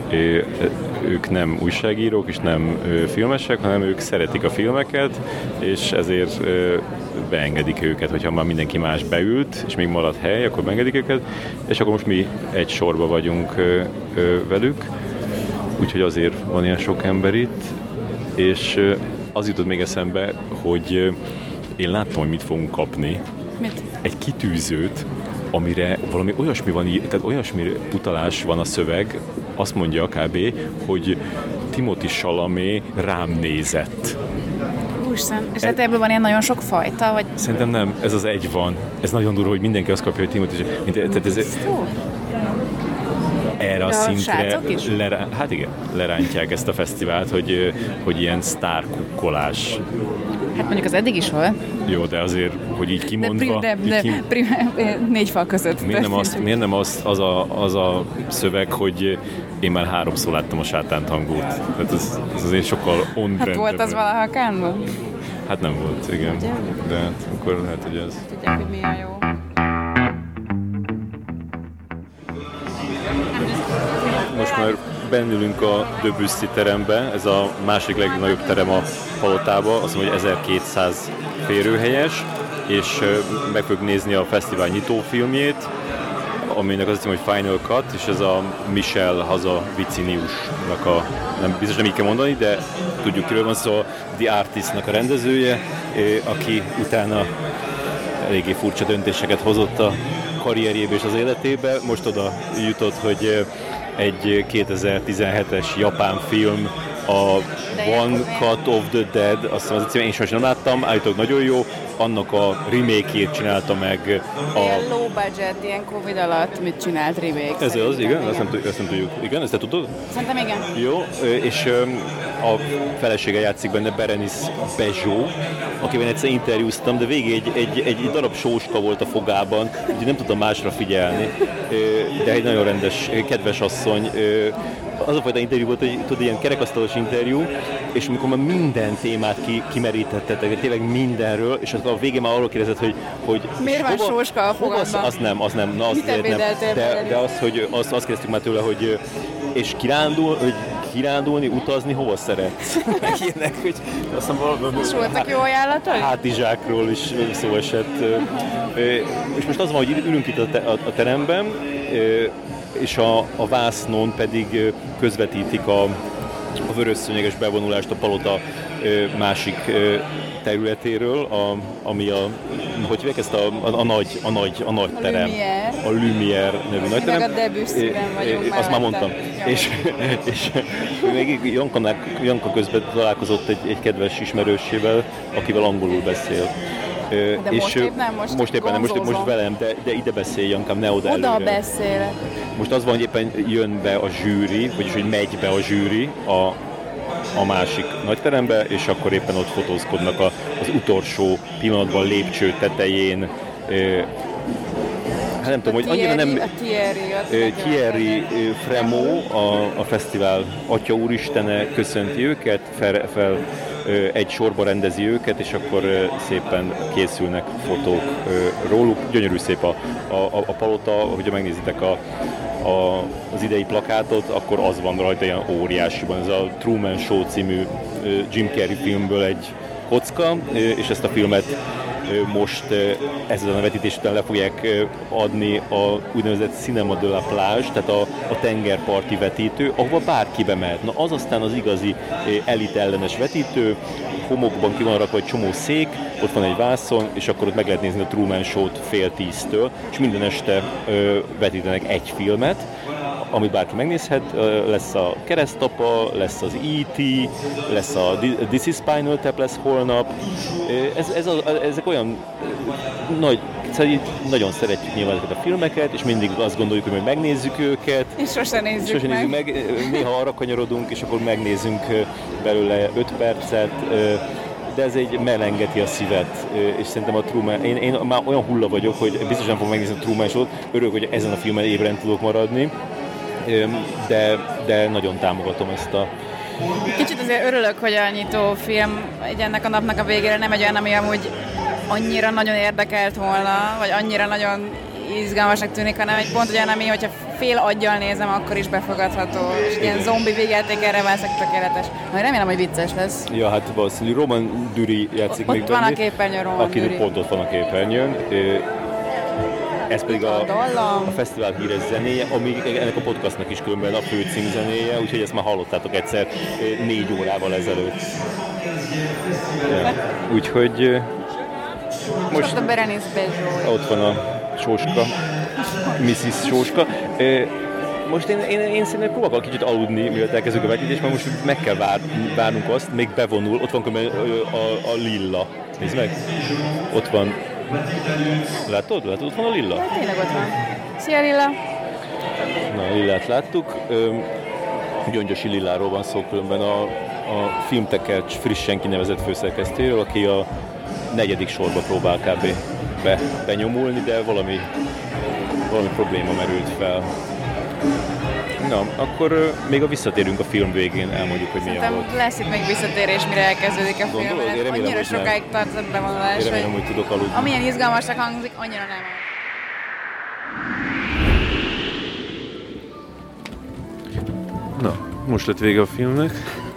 Ők nem újságírók és nem filmesek, hanem ők szeretik a filmeket, és ezért beengedik őket, hogyha már mindenki más beült, és még marad hely, akkor beengedik őket, és akkor most mi egy sorba vagyunk velük, úgyhogy azért van ilyen sok ember itt, és az jutott még eszembe, hogy én láttam, hogy mit fogunk kapni. Mit? Egy kitűzőt, amire valami olyasmi van, tehát olyasmi utalás van a szöveg, azt mondja kb., hogy Timothy Chalamet rám nézett. Úristen, és hát ebből van ilyen nagyon sok fajta, vagy... Szerintem nem, ez az egy van. Ez nagyon durva, hogy mindenki azt kapja, hogy Timothy Chalamet. Ez, erre a, a szintre, lerá, hát igen, lerántják ezt a fesztivált, hogy, hogy ilyen sztárkukkolás. Hát mondjuk az eddig is volt. Jó, de azért, hogy így kimondva... De, de, de kim... prim, négy fal között. Miért nem, azt, miért nem azt, az, a, az a szöveg, hogy én már háromszor láttam a sátánt hangot. Tehát ez, ez azért sokkal on Hát volt az valaha Cannes-ban? Hát nem volt, igen. Ugye? De hát, akkor lehet, hogy ez... Tudják, hogy mi a jó. Most már bennülünk a Debussy terembe, ez a másik legnagyobb terem a palotában, azt mondom, hogy ezerkétszáz férőhelyes, és meg fogjuk nézni a fesztivál nyitófilmjét, aminek azt hiszem, hogy Final Cut, és ez a Michel Hazanaviciusnak a, nem, biztos nem így kell mondani, de tudjuk kiről van szó, The Artist-nak a rendezője, aki utána eléggé furcsa döntéseket hozott a karrierjébe és az életébe. Most oda jutott, hogy egy kétezer-tizenhetes japán film, a One Cut of the Dead, azt hiszem az cím, én sajnos nem láttam, állítólag nagyon jó, annak a remake-ét csinálta meg a... Ilyen low budget, ilyen Covid alatt mit csinált remake? Ez az, igen? Ezt nem, ezt nem tudjuk. Igen, ezt te tudod? Szerintem igen. Jó, és a felesége játszik benne, Berenice Bejo, akiben egyszer interjúztam, de végig egy, egy, egy darab sóska volt a fogában, úgyhogy nem tudtam másra figyelni, de egy nagyon rendes, kedves asszony. Az a fajta interjú volt, hogy tudod, ilyen kerekasztalos interjú, és amikor már minden témát ki, kimerítettetek, tényleg mindenről, és a végén már arról kérdezett, hogy, hogy miért van hova, sóska a fogadban? Az nem, az nem, na, az nem. De, de az, hogy azt, azt kérdeztük már tőle, hogy és kirándul, hogy kirándulni, utazni, hova szeretsz? Ilyenek, hogy azt mondom, és voltak jó ajánlatai? Hátizsákról is szó esett. És most az van, hogy ülünk itt a, te, a, a teremben, és a, a vásznon pedig közvetítik a, a vörösszőnyeges bevonulást a palota másik területéről, a, ami a, hogy hívják ezt a, a, a, nagy, a, nagy, a nagy terem. Lumière. A Lumière nevű nagy terem. Meg a Debussyben vagyunk Azt már mondtam. És, és még Janka, Janka közben találkozott egy, egy kedves ismerősével, akivel angolul beszél. De és most épp nem, most, most éppen nem, most, most velem, de, de ide beszélj, Jankám, ne oda Oda előre. beszélek. Most az van, hogy éppen jön be a zsűri, vagyis hogy megy be a zsűri a, a másik nagyterembe, és akkor éppen ott fotózkodnak a, az utolsó pillanatban lépcső tetején. Hát nem tudom, hogy annyira nem... A Thierry, Thierry Fremont, a, a fesztivál atya úristene köszönti őket, fel, fel egy sorba rendezi őket, és akkor szépen készülnek fotók róluk. Gyönyörű szép a, a, a palota, hogyha megnézitek a, a, az idei plakátot, akkor az van rajta ilyen óriásiban. Ez a Truman Show című Jim Carrey filmből egy kocka, és ezt a filmet most ezen a vetítés után le fogják adni a úgynevezett Cinema de la Plage, tehát a, a tengerparti vetítő, ahova bárki bemehet. Na az aztán az igazi elit ellenes vetítő, homokban ki van rakva egy csomó szék, ott van egy vászon, és akkor ott meg lehet nézni a Truman Show-t fél tíztől, és minden este ö, vetítenek egy filmet, amit bárki megnézhet, lesz a Keresztapa, lesz az E T, lesz a This is Spinal Tap lesz holnap. Ez, ez a, ezek olyan nagy, nagyon szeretjük nyilván ezeket a filmeket, és mindig azt gondoljuk, hogy majd megnézzük őket. És sose nézzük, sose nézzük meg. meg. Néha arra kanyarodunk, és akkor megnézzünk belőle öt percet, de ez egy melengeti a szívet, és szerintem a Truman, én, én már olyan hulla vagyok, hogy biztos nem fogom megnézni a Truman Show-t, örülök, hogy ezen a filmen ébren tudok maradni, de, de nagyon támogatom ezt a... Kicsit azért örülök, hogy a nyitó film egy ennek a napnak a végére nem egy olyan, ami amúgy annyira nagyon érdekelt volna, vagy annyira nagyon izgalmasnak tűnik, hanem egy pont olyan, ami, hogyha fél aggyal nézem, akkor is befogadható, és ilyen zombi végjáték erre válszak tökéletes. Majd remélem, hogy vicces lesz. Ja, hát valószínűleg Roman Dury játszik ott még ott van benne, a képernyőn Roman aki Dury. pont ott van a képernyőn. Ez pedig a, a fesztivál híres zenéje, ami ennek a podcastnak is különben a fő címzenéje, úgyhogy ezt már hallottátok egyszer négy órával ezelőtt. Ja. Úgyhogy most ott a Berenice Bejo. Ott van a Sóska, missziz Sóska. Most én, én, én szerintem próbálok kicsit aludni, mivel elkezdjük a vetítést, mert most meg kell vár, várnunk azt, még bevonul, ott van különben a, a, a Lilla. Nézd meg, ott van. Látod? Látod, ott van a Lilla? Hát tényleg ott van. Szia Lilla! Na, a Lillát láttuk. Gyöngyosi Lilláról van szó különben a, a Filmtekercs frissen kinevezett főszerkesztőről, aki a negyedik sorba próbál kb. Be, benyomulni, de valami, valami probléma merült fel. Na, akkor még a visszatérünk a film végén, elmondjuk, hogy milyen Szerintem volt. lesz itt még visszatérés, mire elkezdődik a film, mert annyira sokáig tart a bevonulás, én remélem, hogy tudok aludni. Amilyen izgalmasnak hangzik, annyira nem. Na, most lett vége a filmnek.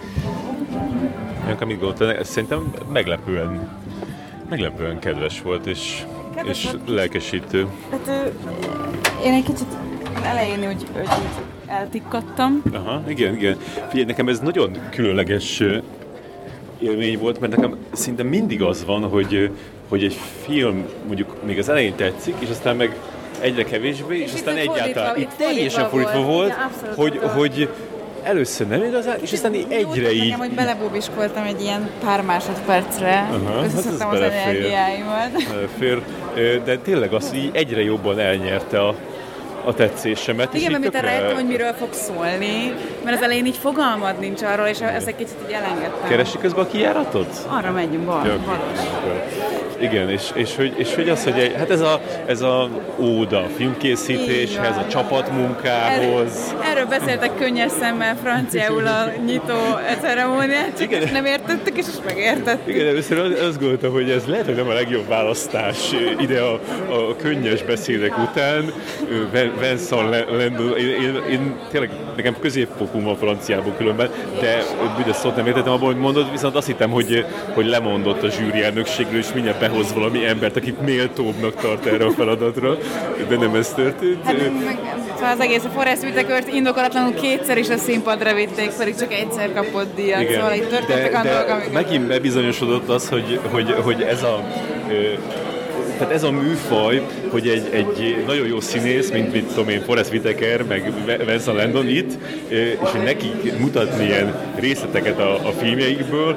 Nekem mit gondoltál? Szerintem meglepően, meglepően kedves volt, és, kedves és volt. Lelkesítő. Hát, én egy kicsit elején úgy, úgy eltikkadtam. Aha, igen, igen. Figyelj, nekem ez nagyon különleges élmény volt, mert nekem szinte mindig az van, hogy, hogy egy film mondjuk még az elején tetszik, és aztán meg egyre kevésbé, és, és aztán egyáltalán itt teljesen fordítva volt, volt hogy, hogy először nem igazán, és aztán így egyre így... Nekem, hogy belebóbiskoltam egy ilyen pár másodpercre, összeszedtem az energiáimat. Fér, de tényleg az, hogy egyre jobban elnyerte a, a tetszésemet. Igen, mert tökre... rájöttem, hogy miről fog szólni, mert az elején így fogalmad nincs arról, és ezt egy kicsit így elengedtem. Keressük közben a kijáratot? Arra megyünk, bal, ja, balos. Igen, és, és, hogy, és hogy az, hogy egy, hát ez a, ez a óda a filmkészítéshez, a csapatmunkához. Er, erről beszéltek könnyes szemmel franciául a nyitó ceremóniát, csak és nem értettük, és is megértettük. Igen, először azt gondoltam, hogy ez lehet, hogy nem a legjobb választás ide a, a könnyes beszédek után. Vincent Lendl, én, én, én tényleg nekem középfokú van franciából különben, de büdös szót nem értettem abban, hogy mondod, viszont azt hittem, hogy, hogy lemondott a zsűri elnökségről, és mindjárt behoz valami embert, akit méltóbbnak tart erre a feladatra, de nem ez történt. Hát, meg, szóval az egész a Forrest Whitakert indokolatlanul kétszer is a színpadra vitték, pedig csak egyszer kapott díjat, igen, szóval itt történtek a dolgok, amikor... megint bebizonyosodott az, hogy, hogy, hogy ez a... Tehát ez a műfaj, hogy egy, egy nagyon jó színész, mint mit tudom én, Forrest Whitaker, meg Vincent Lendl itt, és neki mutatni ilyen részleteket a, a filmjeikből,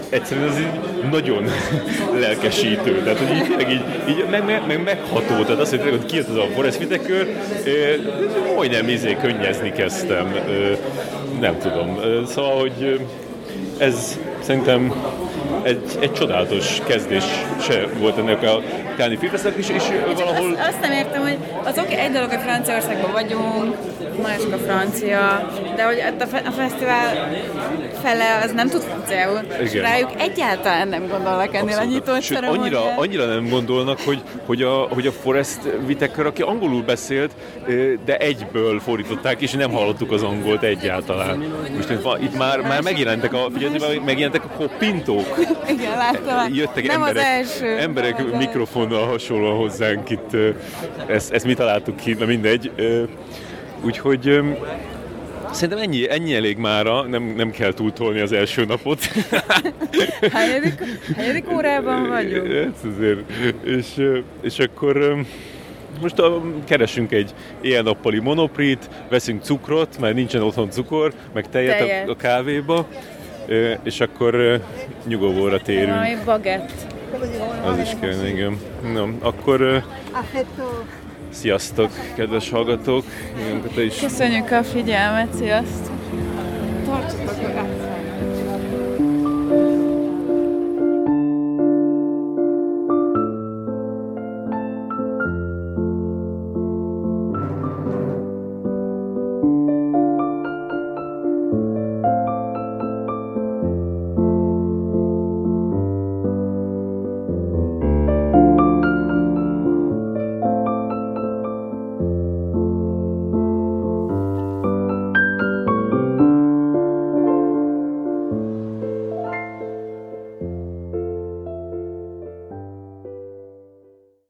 egyszerűen ez így nagyon lelkesítő, tehát hogy így, meg, így, így meg, meg, meg megható, tehát azt, hogy kijött az a Forest Whitaker, majdnem izé könnyezni kezdtem, nem tudom, szóval, hogy ez szerintem egy, egy csodálatos kezdés se volt ennek a Cannes Film Festivalnek is, és valahol... Azt, azt nem értem, hogy az oké, egy dolog, hogy Franciaországban vagyunk, nagyon sok a francia, de hogy a, fe, a fesztivál fele az nem tud franciául, és rájuk egyáltalán nem gondolnak ennél a nyitót annyira, annyira nem gondolnak, hogy, hogy, a, hogy a Forest Whitaker, aki angolul beszélt, de egyből fordították, és nem hallottuk az angolt egyáltalán. Most itt már, már megjelentek a, figyelj, megjelentek a pintók. Igen, láttam. Jöttek nem emberek, az első. emberek az mikrofonnal hasonlóan hozzánk itt. Ezt, ezt mi találtuk ki, na mindegy. Úgyhogy szerintem ennyi, ennyi elég mára, nem, nem kell túltolni az első napot. Hányadik, hányadik órában vagyunk? Ez azért. És, és akkor most a, keresünk egy éjjel-nappali monoprit, veszünk cukrot, mert nincsen otthon cukor, meg tejet, tejet. A, a kávéba, és akkor nyugovóra térünk. Valami bagett. Az is kell, igen. No, akkor sziasztok, kedves hallgatók! Köszönjük a figyelmet, sziasztok!